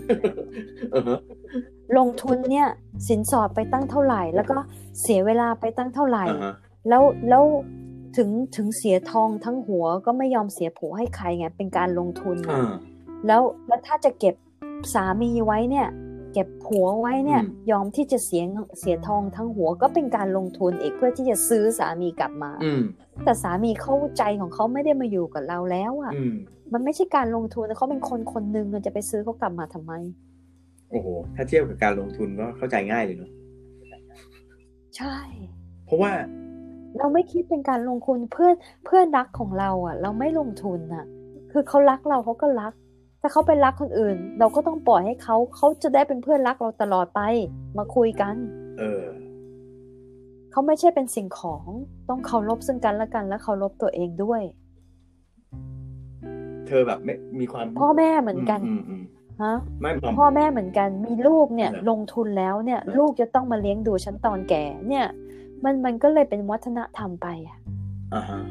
ลงทุนเนี่ยสินสอดไปตั้งเท่าไหร่แล้วก็เสียเวลาไปตั้งเท่าไหร่แล้วแล้วถึงถึงเสียทองทั้งหัวก็ไม่ยอมเสียผัวให้ใครไงเป็นการลงทุนแล้วแล้วถ้าจะเก็บสามีไว้เนี่ยเก็บผัวไว้เนี่ยยอมที่จะเสียเสียทองทั้งหัวก็เป็นการลงทุนอีกเพื่อที่จะซื้อสามีกลับมาแต่สามีเข้าใจของเขาไม่ได้มาอยู่กับเราแล้วอ่ะมันไม่ใช่การลงทุนเขาเป็นคนคนนึงมันจะไปซื้อเขากลับมาทำไมโอ้โหถ้าเทียบกับการลงทุนก็เข้าใจง่ายเลยเนาะใช่เพราะว่าเราไม่คิดเป็นการลงทุนเพื่อนเพื่อนรักของเราอ่ะเราไม่ลงทุนอ่ะคือเขารักเราเขาก็รักถ้าเขาไปรักคนอื่นเราก็ต้องปล่อยให้เขาเขาจะได้เป็นเพื่อนรักเราตลอดไปมาคุยกันเออเขาไม่ใช่เป็นสิ่งของต้องเคารพซึ่งกันและกันและเคารพตัวเองด้วยเธอแบบไม่มีความพ่อแม่เหมือนกันฮะไม่ผมพ่อแม่เหมือนกันมีลูกเนี่ยเออลงทุนแล้วเนี่ย ลูกจะต้องมาเลี้ยงดูฉันตอนแก่เนี่ย มันมันก็เลยเป็นวัฒนธรรมไปอ่ะอ่าฮะ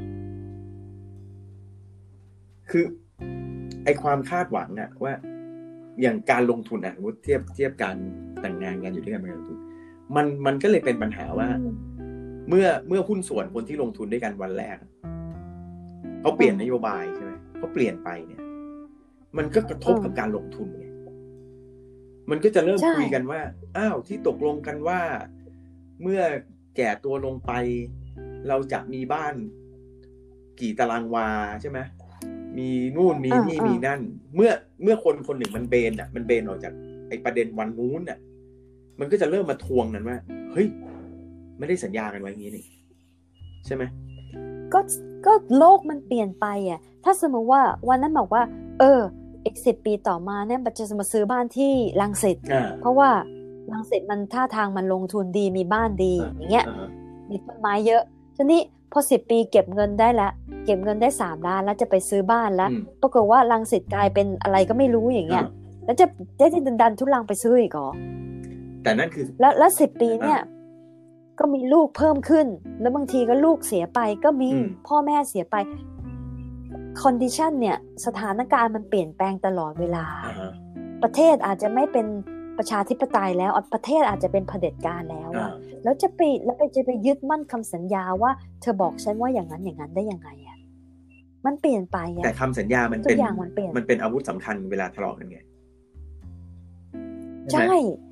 คือไอความคาดหวังอะว่าอย่างการลงทุนอะสมมติเทียบเทียบการแต่งงานกันอยู่ด้วยกันเป็นการลงทุนมันมันก็เลยเป็นปัญหาว่าอืมเมื่อเมื่อหุ้นส่วนคนที่ลงทุนด้วยกันวันแรกเขาเปลี่ยนนโยบายใช่ไหมเขาเปลี่ยนไปเนี่ย มันก็กระทบกับการลงทุนไงมันก็จะเริ่มใช่คุยกันว่าอ้าวที่ตกลงกันว่า เมื่อแก่ตัวลงไป เราจะมีบ้านกี่ตารางวาใช่ไหมมีนู่นมีนี่อ่าๆมีนั่น เมื่อเมื่อคนคนหนึ่งมันเบนอ่ะ มันเบนออกจากไอ้ประเด็นวันนู้นอ่ะ มันก็จะเริ่มมาทวงกันว่าเฮ้ยไม่ได้สัญญากันไว้อย่างนี้นี่ใช่ไหมก็ก็โลกมันเปลี่ยนไปอ่ะถ้าสมมติว่าวันนั้นบอกว่า เอออีกสิบปีต่อมาเนี่ยมันจะมาซื้อบ้านที่รังสิตอ่าเพราะว่ารังสิตมันท่าทางมันลงทุนดีมีบ้านดีอ่าอย่างเงี้ยอ่าฮะมีต้นไม้เยอะทีนี้พอสิบปีเก็บเงินได้แล้วเก็บเงินได้สามล้านแล้วจะไปซื้อบ้านแล้วอืมปรากฏว่ารังสิตกลายเป็นอะไรก็ไม่รู้อย่างเงี้ยอ่าแล้วจะจะดันทุลังไปซื้ออีกเหรอแต่นั่นคือแล้วแล้วสิบปีเนี่ยก็มีลูกเพิ่มขึ้น แล้วบางทีก็ลูกเสียไปก็มีอืมพ่อแม่เสียไปคอนดิชันเนี่ยสถานการณ์มันเปลี่ยนแปลงตลอดเวลาอ่าฮะประเทศอาจจะไม่เป็นประชาธิปไตยแล้วประเทศอาจจะเป็นเผด็จการแล้วอ่าอะแล้วจะไปแล้วไปจะไปยึดมั่นคำสัญญาว่าเธอบอกฉันว่าอย่างนั้นอย่างนั้นได้ยังไงอะมันเปลี่ยนไปอะแต่คำสัญญามันทุเป็นกอย่างมันเปลี่ยนมันเป็นอาวุธสำคัญเวลาทะเลาะกันไงใช่ไหม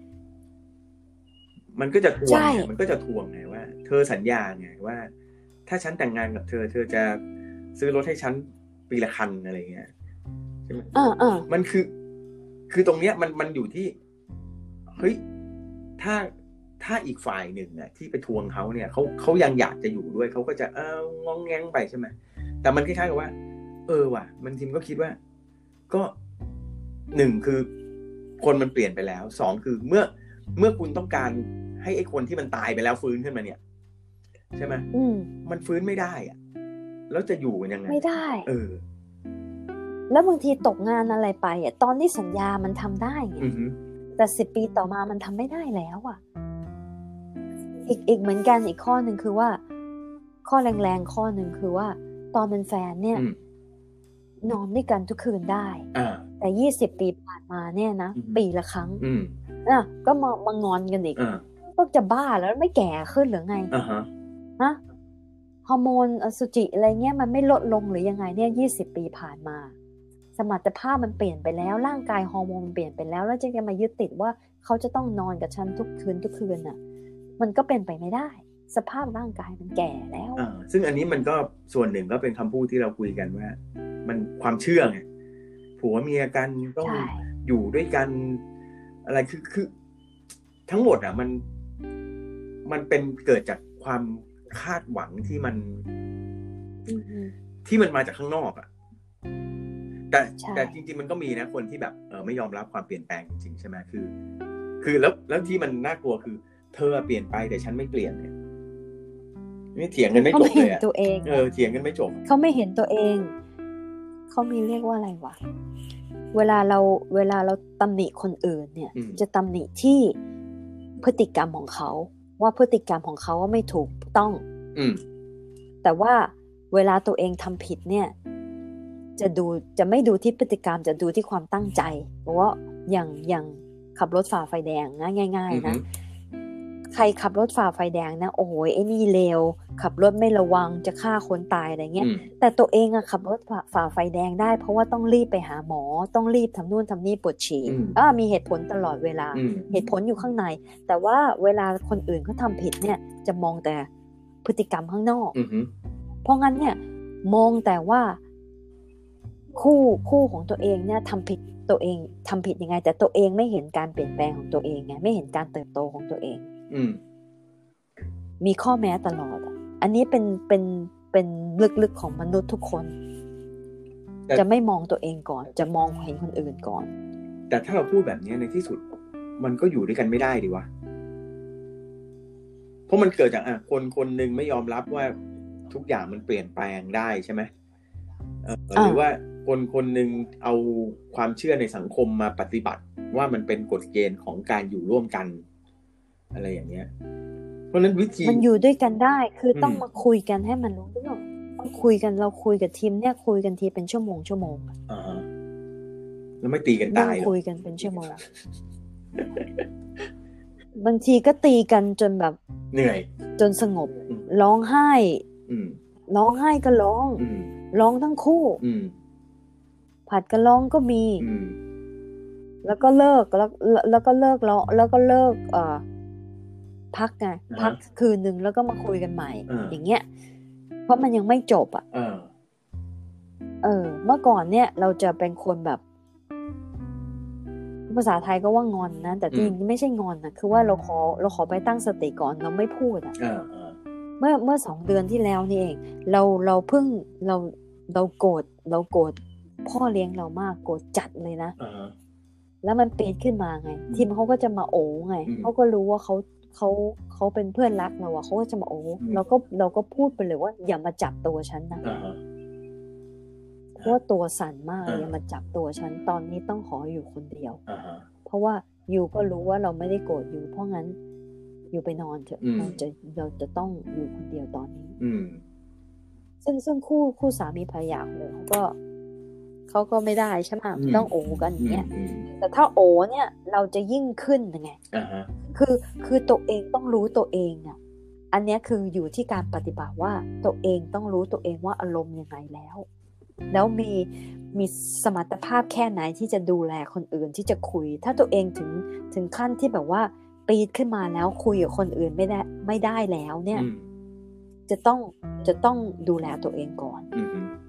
มันก็จะทวงใช่ไงมันก็จะทวงไงว่า เธอสัญญาไงว่า ถ้าฉันแต่งงานกับเธอ เธอจะซื้อรถให้ฉันปีละคันอะไรเงี้ยใช่ไหมอ่าอ่ามันคือ คือตรงเนี้ยมันมันอยู่ที่เฮ้ยถ้าถ้าอีกฝ่ายหนึ่งน่ะที่ไปทวงเขาเนี่ยเขาเขายังอยากจะอยู่ด้วยเขาก็จะเอององแงงไปใช่ไหมแต่มันคล้ายๆกับว่า เออว่ะมันทีมก็คิดว่า ก็หนึ่งคือคนมันเปลี่ยนไปแล้วสองคือเมื่อเมื่อคุณต้องการให้ไอ้คนที่มันตายไปแล้วฟื้นขึ้นมาเนี่ยใช่ไหมอืมมันฟื้นไม่ได้อะแล้วจะอยู่กันยังไงไม่ได้เออแล้วบางทีตกงานอะไรไปอ่ะตอนที่สัญญามันทำได้ไงอือฮึแต่สิบปีต่อมามันทำไม่ได้แล้วอ่ะ อีกอีกเหมือนกันอีกข้อหนึ่งคือว่า ข้อแรงๆข้อหนึ่งคือว่า ตอนเป็นแฟนเนี่ยอืมนอนด้วยกันทุกคืนได้อ่าแต่ยี่สิบปีผ่านมาเนี่ยนะอือฮึปีละครั้งอืมอ่ะก็มามางอนกันอีกอ่าก็จะบ้าแล้วไม่แก่ขึ้นหรือไงอ่าฮะฮะฮอร์โมนอสุจิอะไรเงี้ยมันไม่ลดลงหรือยังไงเนี่ยยี่สิบปีผ่านมา สมรรถภาพมันเปลี่ยนไปแล้วร่างกายฮอร์โมนมันเปลี่ยนไปแล้วแล้วจะมายึดติดว่าเขาจะต้องนอนกับฉันทุกคืนทุกคืนน่ะ มันก็เป็นไปไม่ได้ สภาพร่างกายมันแก่แล้วอ่าซึ่งอันนี้มันก็ส่วนหนึ่งก็เป็นคำพูดที่เราคุยกันว่า มันความเชื่อไงผัวเมียกันต้องใช่อยู่ด้วยกัน อะไรคือคือทั้งหมดอ่ะ มันมันเป็นเกิดจากความคาดหวังที่มันอืมที่มันมาจากข้างนอกอ่ะ แต่ใช่แต่จริงๆมันก็มีนะคนที่แบบเออไม่ยอมรับความเปลี่ยนแปลงจริงๆใช่ไหมคือ คือแล้วแล้วที่มันน่ากลัวคือ เธอเปลี่ยนไปแต่ฉันไม่เปลี่ยนเนี่ยนี่เถียงกันไม่เขาจบไม่เลเห็ยนอ่ะตัวเองเออเถียงกันไม่จบเขาไม่เห็นตัวเองเขามีเรียกว่าอะไรวะเวลาเราเวลาเราตำหนิคนอื่นเนี่ยอืมจะตำหนิที่พฤติกรรมของเขา ว่าพฤติกรรมของเขาว่าไม่ถูกต้องอืมแต่ว่าเวลาตัวเองทำผิดเนี่ย จะดูจะไม่ดูที่พฤติกรรมจะดูที่ความตั้งใจเพราะว่าอย่างอย่างขับรถฝ่าไฟแดงนะง่าย ๆ นะอือฮึใครขับรถฝ่าไฟแดงนะโอ้โหไอ้นี่เลวขับรถไม่ระวังจะฆ่าคนตายอะไรเงี้ยอืมแต่ตัวเองอะขับรถฝ่าฝ่าไฟแดงได้ เพราะว่าต้องรีบไปหาหมอ ต้องรีบทำนู่นทำนี่ปวดฉี่อืมอ่ามีเหตุผลตลอดเวลาอืมเหตุผลอยู่ข้างใน แต่ว่าเวลาคนอื่นเขาทำผิดเนี่ย จะมองแต่พฤติกรรมข้างนอกอือฮึเพราะงั้นเนี่ยมองแต่ว่า คู่คู่ของตัวเองเนี่ยทำผิดตัวเองทำผิดยังไง แต่ตัวเองไม่เห็นการเปลี่ยนแปลงของตัวเองไงไม่เห็นการเติบโตของตัวเองอืมมีข้อแม้ตลอดอ่ะ อันนี้เป็นเป็นเป็นลึกๆของมนุษย์ทุกคนแต่จะไม่มองตัวเองก่อน จะมองเห็นคนอื่นก่อนแต่ถ้าเราพูดแบบนี้ในที่สุด มันก็อยู่ด้วยกันไม่ได้ดีวะเพราะมันเกิดจากอ่ะคนคนหนึ่งไม่ยอมรับว่าทุกอย่างมันเปลี่ยนแปลงได้ใช่ไหมเออหรือว่าคนคนหนึ่งเอาความเชื่อในสังคมมาปฏิบัติว่ามันเป็นกฎเกณฑ์ของการอยู่ร่วมกันอะไรอย่างเงี้ยเพราะฉะนั้นวิธีมันอยู่ด้วยกันได้คือต้องมาคุยกันให้มันรู้เรื่องต้องคุยกันเราคุยกับทีมเนี่ยคุยกันทีเป็นชั่วโมงชั่วโมงอ่าแล้วไม่ตีกันตายหรอคุยกันเป็นชั่วโมงบางทีก็ตีกันจนแบบเหนื่อยจนสงบร้องไห้ร้องไห้ก็ร้องร้องทั้งคู่ผัดกันร้องก็มีแล้วก็เลิกแล้วแล้วก็เลิกร้องแล้วก็เลิกเอ่อพักไงพักคืนนึงแล้วก็มาคุยกันใหม่อย่างเงี้ยเพราะมันยังไม่จบอ่ะเออเมื่อก่อนเนี่ยเราจะเป็นคนแบบภาษาไทยก็ว่างอนนะแต่จริงๆไม่ใช่งอนนะคือว่าเราขอเราขอไปตั้งสติก่อนเราไม่พูดอ่ะเมื่อเมื่อสองเดือนที่แล้วนี่เองเราเราเพิ่งเราเราโกรธเราโกรธพ่อเลี้ยงเรามากโกรธจัดเลยนะแล้วมันปีนขึ้นมาไงทีมเขาก็จะมาโอ้ไงเขาก็รู้ว่าเขาเขาเขาเป็นเพื่อนรักเราอะเขาก็จะมาโอ้เราก็เราก็พูดไปเลยว่าอย่ามาจับตัวฉันนะเพราะว่าตัวสั่นมากอย่ามาจับตัวฉันตอนนี้ต้องขออยู่คนเดียวเพราะว่าอยู่ก็รู้ว่าเราไม่ได้โกรธอยู่เพราะงั้นอยู่ไปนอนเถอะเราจะเราจะต้องอยู่คนเดียวตอนนี้ซึ่งซึ่งคู่คู่สามีภรรยาเลยเขาก็เขาก็ไม่ได้ใช่ไหมต้องโอ้กันอย่างเงี้ยแต่ถ้าโอ้เนี่ยเราจะยิ่งขึ้นไงคือคือตัวเองต้องรู้ตัวเองอ่ะอันนี้คืออยู่ที่การปฏิบัติว่าตัวเองต้องรู้ตัวเองว่าอารมณ์ยังไงแล้วแล้วมีมีสมรรถภาพแค่ไหนที่จะดูแลคนอื่นที่จะคุยถ้าตัวเองถึงถึงขั้นที่แบบว่าปีดขึ้นมาแล้วคุยกับคนอื่นไม่ได้ไม่ได้แล้วเนี่ยจะต้องจะต้องดูแลตัวเองก่อน